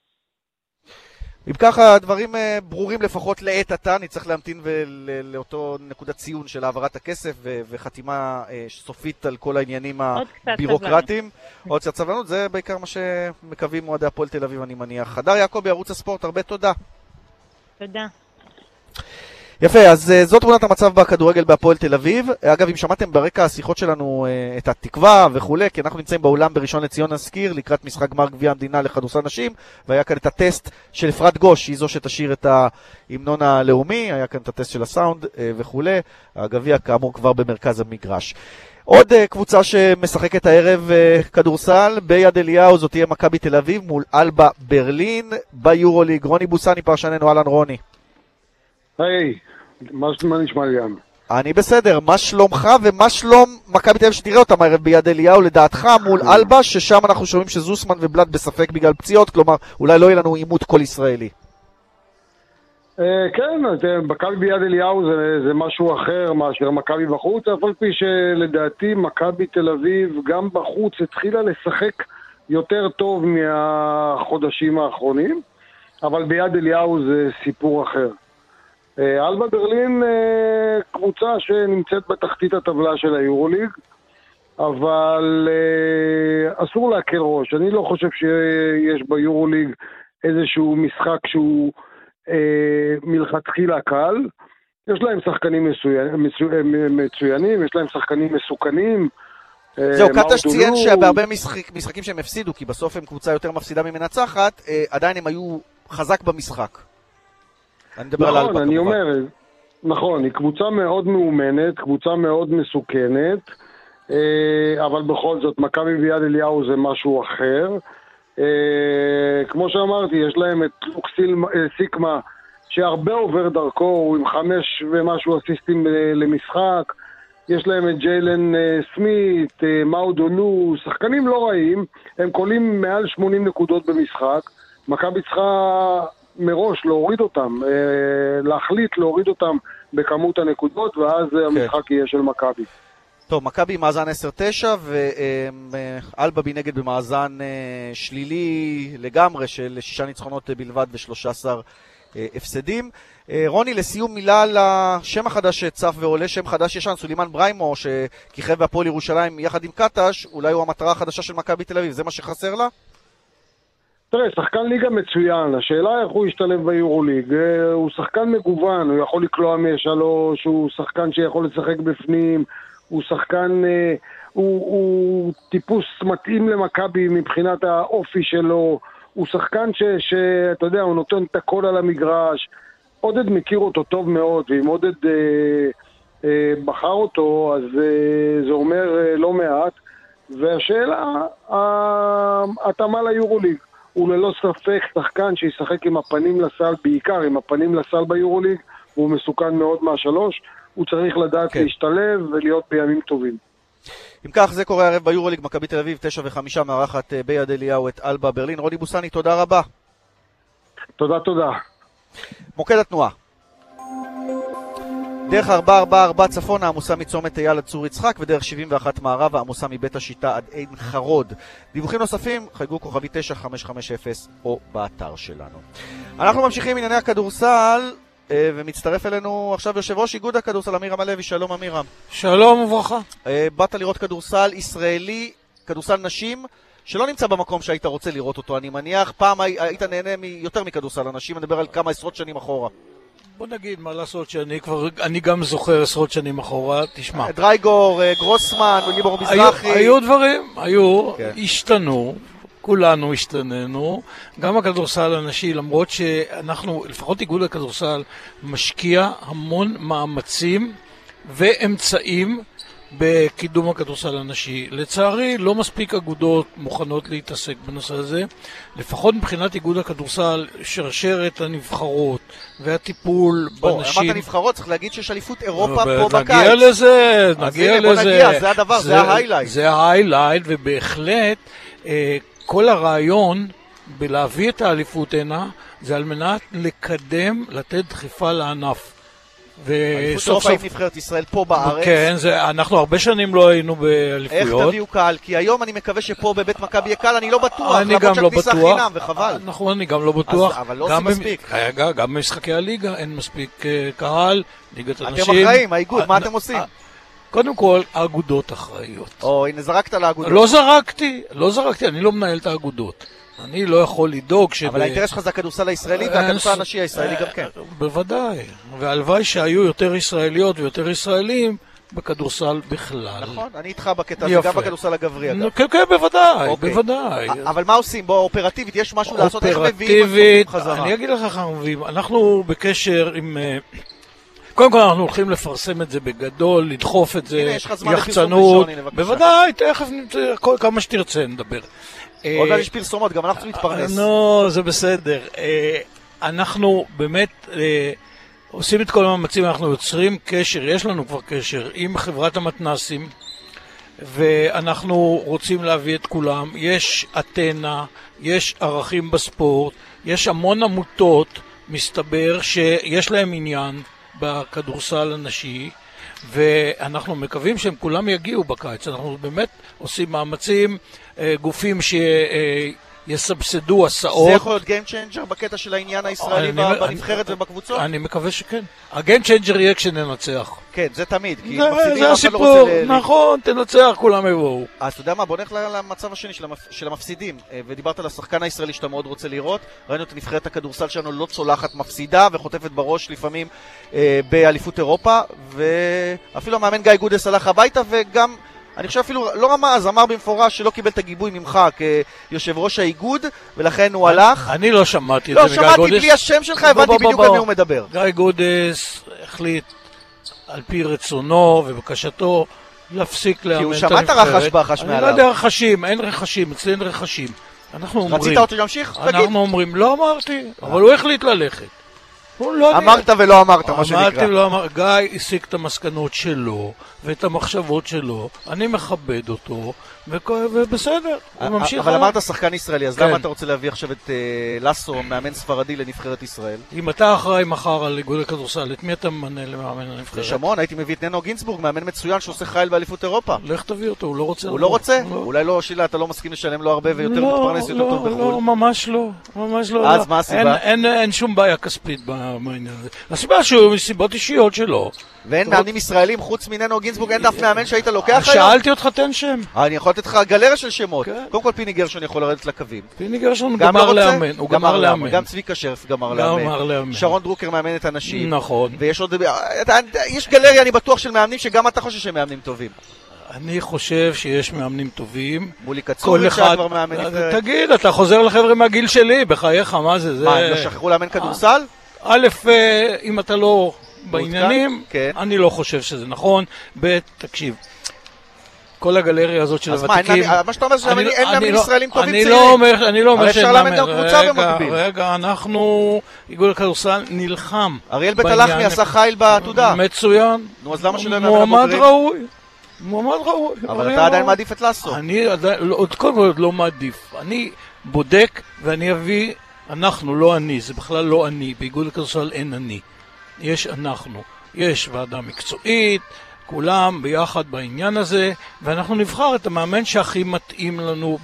אם ככה, הדברים ברורים לפחות לעת עתה, נצטרך להמתין לאותו נקודת ציון של העברת הכסף וחתימה סופית על כל העניינים הבירוקרטיים. עוד קצת סבלנות, זה בעיקר מה שמקווים אוהדי הפועל תל אביב, אני מניח. הדר יעקבי, ערוץ הספורט, הרבה תודה. תודה. יפה, אז זאת תמונת המצב בכדורגל בהפועל תל אביב. אגב, אם שמעתם ברקע השיחות שלנו את התקווה וכולי, כי אנחנו נמצאים באולם בראשון לציון נזכיר, לקראת משחק גמר גביע המדינה לכדורסל נשים, והיה כאן את הטסט של אפרת גוש, היא זו שתשאיר את ההמנון הלאומי, היה כאן את הטסט של הסאונד וכולי. הגביע כאמור כבר במרכז המגרש. עוד קבוצה שמשחקת הערב כדורסל ביד אליהו, זאת תהיה מכבי תל אביב מול אלבה ברלין ביורוליג. רוני בוסני פרשננו, אהלן רוני. היי, מה נשמע לי גם? אני בסדר, מה שלומך ומה שלום מכבי תל אביב שתראה אותם הערב ביד אליהו לדעתך מול אלבה, ששם אנחנו שומעים שזוסמן ובלט בספק בגלל פציעות, כלומר אולי לא יהיה לנו עימות כל ישראלי. כן, מכבי ביד אליהו זה משהו אחר מאשר מכבי בחוץ, אף על פי שלדעתי מכבי תל אביב גם בחוץ התחילה לשחק יותר טוב מהחודשים האחרונים, אבל ביד אליהו זה סיפור אחר. אלבה ברלין קבוצה שנמצאת בתחתית הטבלה של היורוליג, אבל אסור להקל ראש. אני לא חושב שיש ביורוליג איזשהו משחק שהוא מלכתחילה קל. יש להם שחקנים מצוינים, יש להם שחקנים מסוכנים. זהו, קטש ציין שבהרבה משחקים שהם הפסידו, כי בסוף הם קבוצה יותר מפסידה ממנצחת, עדיין הם היו חזק במשחק. נכון, אני אומר, נכון, היא קבוצה מאוד מאומנת, קבוצה מאוד מסוכנת, אבל בכל זאת, מכבי ביד אליהו זה משהו אחר. כמו שאמרתי, יש להם את לוק סיקמה, שהרבה עובר דרכו, הוא עם 5 ומשהו אסיסטים למשחק. יש להם את ג'יילן סמית, מאודונו, שחקנים לא רעים, הם קולים מעל 80 נקודות במשחק. מכבי צריכה מראש להוריד אותם, להחליט להוריד אותם בכמות הנקודות, ואז המשחק יהיה של מכבי. טוב, מכבי מאזן 10-9, ואלבה נגד במאזן שלילי לגמרי של 6 ניצחונות בלבד ו13 הפסדים. רוני, לסיום מילה על השם החדש שצף ועולה, שם חדש ישן, סולימן בריימו, שכיכב בהפועל ירושלים יחד עם קטש, אולי הוא המטרה החדשה של מכבי תל אביב, זה מה שחסר לה? תראה, שחקן ליגה מצוין, השאלה איך הוא ישתלב ביורוליג, הוא שחקן מגוון, הוא יכול לקלוע מ3, הוא שחקן שיכול לשחק בפנים, הוא שחקן, הוא טיפוס מתאים למכבי מבחינת האופי שלו, הוא שחקן שאתה יודע, הוא נותן את הכל על המגרש, עודד מכיר אותו טוב מאוד, ואם עודד בחר אותו, אז זה אומר לא מעט, והשאלה, התאמה ליורוליג, הוא ללא ספק שחקן שישחק עם הפנים לסל, בעיקר עם הפנים לסל ביורוליג, הוא מסוכן מאוד מהשלוש, הוא צריך לדעת להשתלב ולהיות בימים טובים. אם כך, זה קורה ערב ביורוליג, מכבי תל אביב 9:05 מארחת ביד אליהו את אלבה ברלין. רוני בוסני, תודה רבה. תודה. מוקד התנועה. דרך 444 צפונה עמוסה מצומת אייל עד צור יצחק, ודרך 71 מערבה עמוסה מבית השיטה עד עין חרוד. דיווחים נוספים, חייגו כוכבי 9550 או באתר שלנו. אנחנו ממשיכים עם ענייני הכדורסל, ומצטרף אלינו עכשיו יושב ראש איגוד הכדורסל אמירם הלוי. שלום אמירם. שלום וברכה. באת לראות כדורסל ישראלי, כדורסל נשים, שלא נמצא במקום שהיית רוצה לראות אותו, אני מניח. פעם היית נהנה יותר מכדורסל הנשים, אני מדבר על כמה עשרות שנים אחורה. בוא נגיד, מה לעשות אני גם זוכר עשרות שנים אחורה, תשמע. דרייגור, גרוסמן, ליבור מזרחי. היו דברים, השתנו, כולנו השתננו, גם הכדורסל הנשי, למרות שאנחנו, לפחות איגוד הכדורסל, משקיע המון מאמצים ואמצעים בקידום הכדורסל הנשי. לצערי, לא מספיק אגודות מוכנות להתעסק בנושא הזה. לפחות מבחינת איגוד הכדורסל, שרשרת הנבחרות והטיפול בנשים. אמרת הנבחרות, צריך להגיד שיש אליפות אירופה פה בקיץ. נגיע לזה. זה הדבר, זה ההיילייט. זה ההיילייט, ובהחלט כל הרעיון בלהביא את האליפות הנה, זה על מנת לקדם, לתת דחיפה לענף. אליפות אירופה עם נבחרת ישראל פה בארץ. כן, אנחנו הרבה שנים לא היינו באליפויות. איך תביאו קהל? כי היום אני מקווה שפה בבית מכבי יהיה קהל, אני לא בטוח. אני גם לא בטוח. חינם, וחבל. נכון, אני גם לא בטוח. אבל לא עושים מספיק. גם במשחקי הליגה אין מספיק קהל, ליגת הנשים. אתם אחראים, האיגוד, מה אתם עושים? קודם כל, האגודות אחראיות. הנה, זרקת לאגודות. לא זרקתי, אני לא מנהל את האגודות. אני לא יכול לדאוג אבל האינטרס שלך זה הכדורסל הישראלי והכדורסל הנשי הישראלי גם כן. בוודאי, והלוואי שהיו יותר ישראליות ויותר ישראלים בכדורסל בכלל. נכון, אני איתך בקטע הזה, גם בכדורסל הגברי אגב. כן, בוודאי. אבל מה עושים? בוא, אופרטיבית, יש משהו לעשות, איך מביאים חזרה? אני אגיד לך איך אנחנו מביאים, אנחנו בקשר עם... קודם כל אנחנו הולכים לפרסם את זה בגדול, לדחוף את זה, יחצנות. בוודאי, תכף כמה שתרצה נדבר. עוד מעט יש פרסומות, גם אנחנו מתפרנס. זה בסדר. אנחנו באמת עושים את כל המאמצים, אנחנו יוצרים קשר, יש לנו כבר קשר עם חברת המתנסים, ואנחנו רוצים להביא את כולם. יש אתנה, יש ערכים בספורט, יש המון עמותות, מסתבר שיש להם עניין בכדורסל הנשי, ואנחנו מקווים שהם כולם יגיעו בקיץ. אנחנו באמת עושים מאמצים, גופים שיסבסדו הסעות. זה יכול להיות game changer בקטע של העניין הישראלי בנבחרת ובקבוצות? אני מקווה שכן. ה-game changer יהיה כשננצח. כן, זה תמיד. זה הסיפור, נכון, תנצח, כולם יבואו. אז אתה יודע מה, בוא נלך למצב השני של המפסידים. ודיברת על השחקן הישראלי שאתה מאוד רוצה לראות. ראינו את נבחרת הכדורסל שלנו לא צולחת, מפסידה וחוטפת בראש לפעמים באליפות אירופה. ואפילו המאמן גיא גודס הלך הביתה, וגם אני חושב אפילו לא רמז, אמר במפורש שלא קיבל את הגיבוי ממך כיושב ראש האיגוד, ולכן הוא הלך. אני לא שמעתי את זה מגיא גודס. לא שמעתי בלי השם שלך, הבנתי בדיוק על מי הוא מדבר. גיא גודס החליט על פי רצונו ובקשתו להפסיק לאמן את הנבחרת. כי הוא שמע את הרחש בחש מעליו. אני לא יודע רכשים, אין רכשים, אצלי אין רכשים. רצית אותי להמשיך? תגיד. אנחנו אומרים, לא אמרתי, אבל הוא החליט ללכת. אמרת ולא אמרת, מה שנקרא. אמרתי ולא אמרתי, גיא הסיק את המסקנות שלו ואת המחשבות שלו, אני מכבד אותו, ובסדר, הוא ממשיך. אבל אמרת שחקן ישראלי, אז למה אתה רוצה להביא עכשיו את לסו, מאמן ספרדי לנבחרת ישראל? אם אתה אחראי מחר על איגוד הכדורסל, את מי אתה ממנה למאמן הנבחרת? יש המון, הייתי מביא את ננו גינסבורג, מאמן מצוין שעושה חייל באליפות אירופה. לך תביא אותו, הוא לא רוצה. הוא לא רוצה? אולי לא, שילה, אתה לא מסכים לשלם לו הרבה ויותר מתפרנס יותר טוב בחו"ל? לא, ממש לא, ממש לא. אז מה הסיבה? אין שום בעיה כספית בעניין הזה. הסיבה שהוא מסיבות אישיות שלו. ואין מאמנים ישראלים חוץ מננו גינסבורג, אין דף מאמן שהיית לוקח היום? שאלתי אותך, תן שם. אני יכול לתת לך גלריה של שמות. קודם כל פיני גרשון יכול לרדת לקווים. פיני גרשון גמר לאמן, הוא גמר לאמן. גם צביקה שרף גמר לאמן. שרון דרוקר מאמן את הנשים. נכון. ויש עוד, יש גלריה, אני בטוח, של מאמנים שגם אתה חושב שהם מאמנים טובים. אני חושב שיש מאמנים טובים. מולי קצורי כבר מאמן נבחרת. תגיד, אתה חוזר לחבר'ה מהגיל שלי, בחייך, מה זה? מה, הם לא שכחו לאמן כדורסל? א', אם אתה לא בעניינים, אני לא חושב שזה נכון. ב', תקשיב, כל הגלריה הזאת של הוותיקים... אז מה שאתה אומר שאין מאמנים ישראלים טובים צעירים? אני לא אומר שאין מאמן. אפשר לאמן גם קבוצה במקביל. רגע, אנחנו, איגוד הכדורסל נלחם. אריאל בית הלחמי עשה חייל בעתודה. מצוין. נו, אז למה שלא מאמן הבוגרים? מועמד ראוי. אבל אתה עדיין מעדיף את לסו. אני עוד קודם כל לא מעדיף. אני בודק ואני אביא, אנחנו, לא אני, זה בכלל לא אני. באיגוד הכדורסל אין אני. יש אנחנו. יש ועדה מקצועית, כולם ביחד בעניין הזה, ואנחנו נבחר את המאמן שהכי מתאים לנו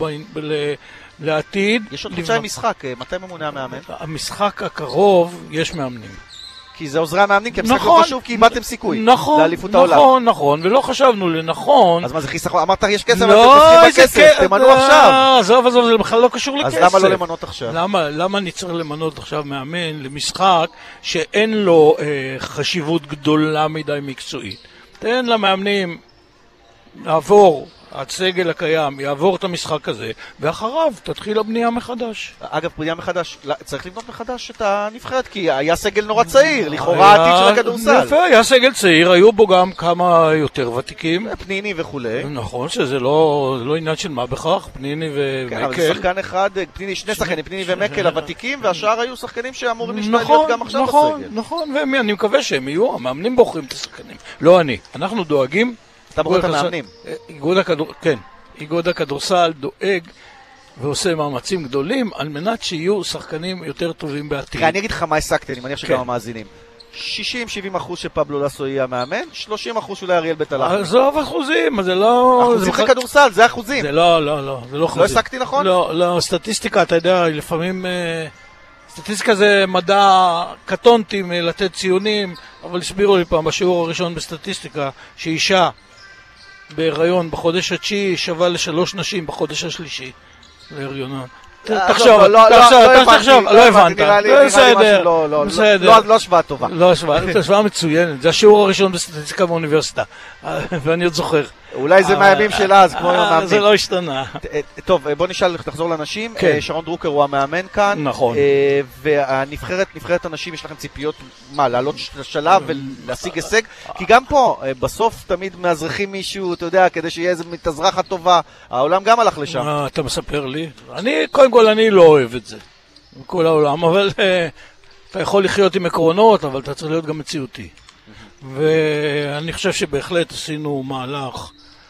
לעתיד. יש עוד חודשיים משחק, מתי ממונה המאמן? המשחק הקרוב יש מאמנים. כי זה עוזרי המאמנים, כי המשחק לא חשוב, כי איבדתם סיכוי לאליפות העולם. נכון, ולא חשבנו לנכון. אז מה זה חיסכון? אמרת יש כסף, אבל אתם חוסכים בכסף, תמנו עכשיו. עזוב, זה בכלל לא קשור לכסף. אז למה לא למנות עכשיו? למה אני צריך למנות עכשיו מאמן למשחק שאין לו חשיבות גדולה מדי מקצועית? תן למאמנים לעבור, הסגל הקיים יעבור את המשחק הזה, ואחריו תתחיל הבנייה מחדש. אגב, בנייה מחדש, צריך לבנות מחדש את הנבחרת, כי היה סגל נורא צעיר, לכאורה העתיד של הכדורסל. יפה, היה סגל צעיר, היו בו גם כמה יותר ותיקים. פניני וכולי. נכון, שזה לא עניין של מה בכך, פניני ומקל. כן, אבל שחקן אחד, שני שחקנים, פניני ומקל, הוותיקים, והשאר היו שחקנים שאמורים להיות גם עכשיו בסגל. נכון, ואני מקווה שהם יהיו, המאמנים בוחרים את השחקנים. לא אני, אנחנו דואגים. אתה בוחר את המאמנים. איגוד הכדורסל דואג ועושה מאמצים גדולים על מנת שיהיו שחקנים יותר טובים בעתיד. אני אגיד לך מה הסקתי, אני מניח שגם המאזינים. 60-70% שפבלו לסו יהיה המאמן, 30% אולי אריאל בית הלחמי. עזוב אחוזים, זה לא... אחוזים זה כדורסל, זה אחוזים. זה לא אחוזים. לא הסקתי נכון? לא, סטטיסטיקה, אתה יודע, לפעמים... סטטיסטיקה זה מדע קטונתי מלתת ציונים, אבל הסבירו לי פעם בשיעור הראשון בסטטיסטיקה שאישה בהיריון בחודש התשיעי שווה ל3 נשים בחודש השלישי להריונן. תחשוב, לא הבנת. בסדר. לא השוואה טובה. לא השוואה מצוינת. זה השיעור הראשון בסטטיסטיקה באוניברסיטה. ואני עוד זוכר. אולי זה מהימים של אז, כמו המאמנים. זה לא השתנה. טוב, בוא נשאל, תחזור לאנשים. שרון דרוקר הוא המאמן כאן. נכון. והנבחרת הנשים, יש לכם ציפיות, מה, לעלות שלב ולהשיג הישג? כי גם פה, בסוף תמיד מאזרחים מישהו, אתה יודע, כדי שיהיה איזו מתאזרחת טובה. העולם גם הלך לשם. אתה מספר לי? קודם כל, אני לא אוהב את זה. כל העולם, אבל אתה יכול לחיות עם עקרונות, אבל אתה צריך להיות גם מציאותי. ואני חושב שבהחלט עשינו מהלך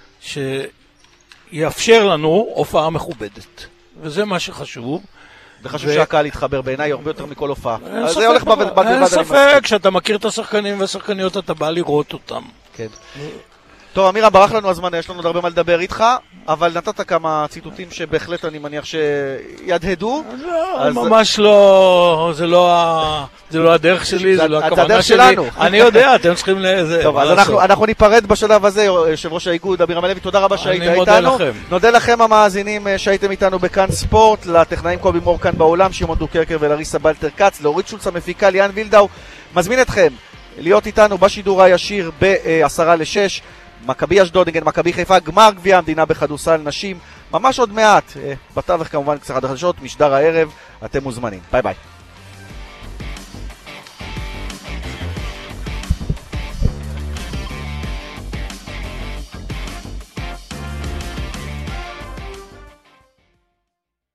שיאפשר לנו הופעה מכובדת. וזה מה שחשוב. וחשוב שהקהל יתחבר בעיניי הרבה יותר מכל הופעה. אין ספק, כשאתה מכיר את השחקנים והשחקניות אתה בא לראות אותם. כן. טוב, אמירה, ברח לנו הזמן, יש לנו עוד הרבה מה לדבר איתך, אבל נתת כמה ציטוטים שבהחלט אני מניח שידהדו. ממש לא, זה לא הדרך שלי, זה לא הכוונה שלי. אני יודע, אתם צריכים לזה. טוב, אז אנחנו ניפרד בשלב הזה, יושב ראש האיגוד, אבירם הלוי, תודה רבה שהיית איתנו. אני מודה לכם. נודה לכם המאזינים שהייתם איתנו בכאן ספורט, לטכנאים קובי מור כאן באולם, שמעון דוקרקר ולריסה בלטר קץ, לאורית שולץ המפיקה, ליאן וילדאו. מזמין אתכם להיות איתנו בשידור הישיר ב-5:50. מכבי אשדוד נגד מכבי חיפה, גמר גביע המדינה בכדורסל נשים, ממש עוד מעט, בתווך כמובן קצת חדשות, משדר הערב, אתם מוזמנים, ביי ביי.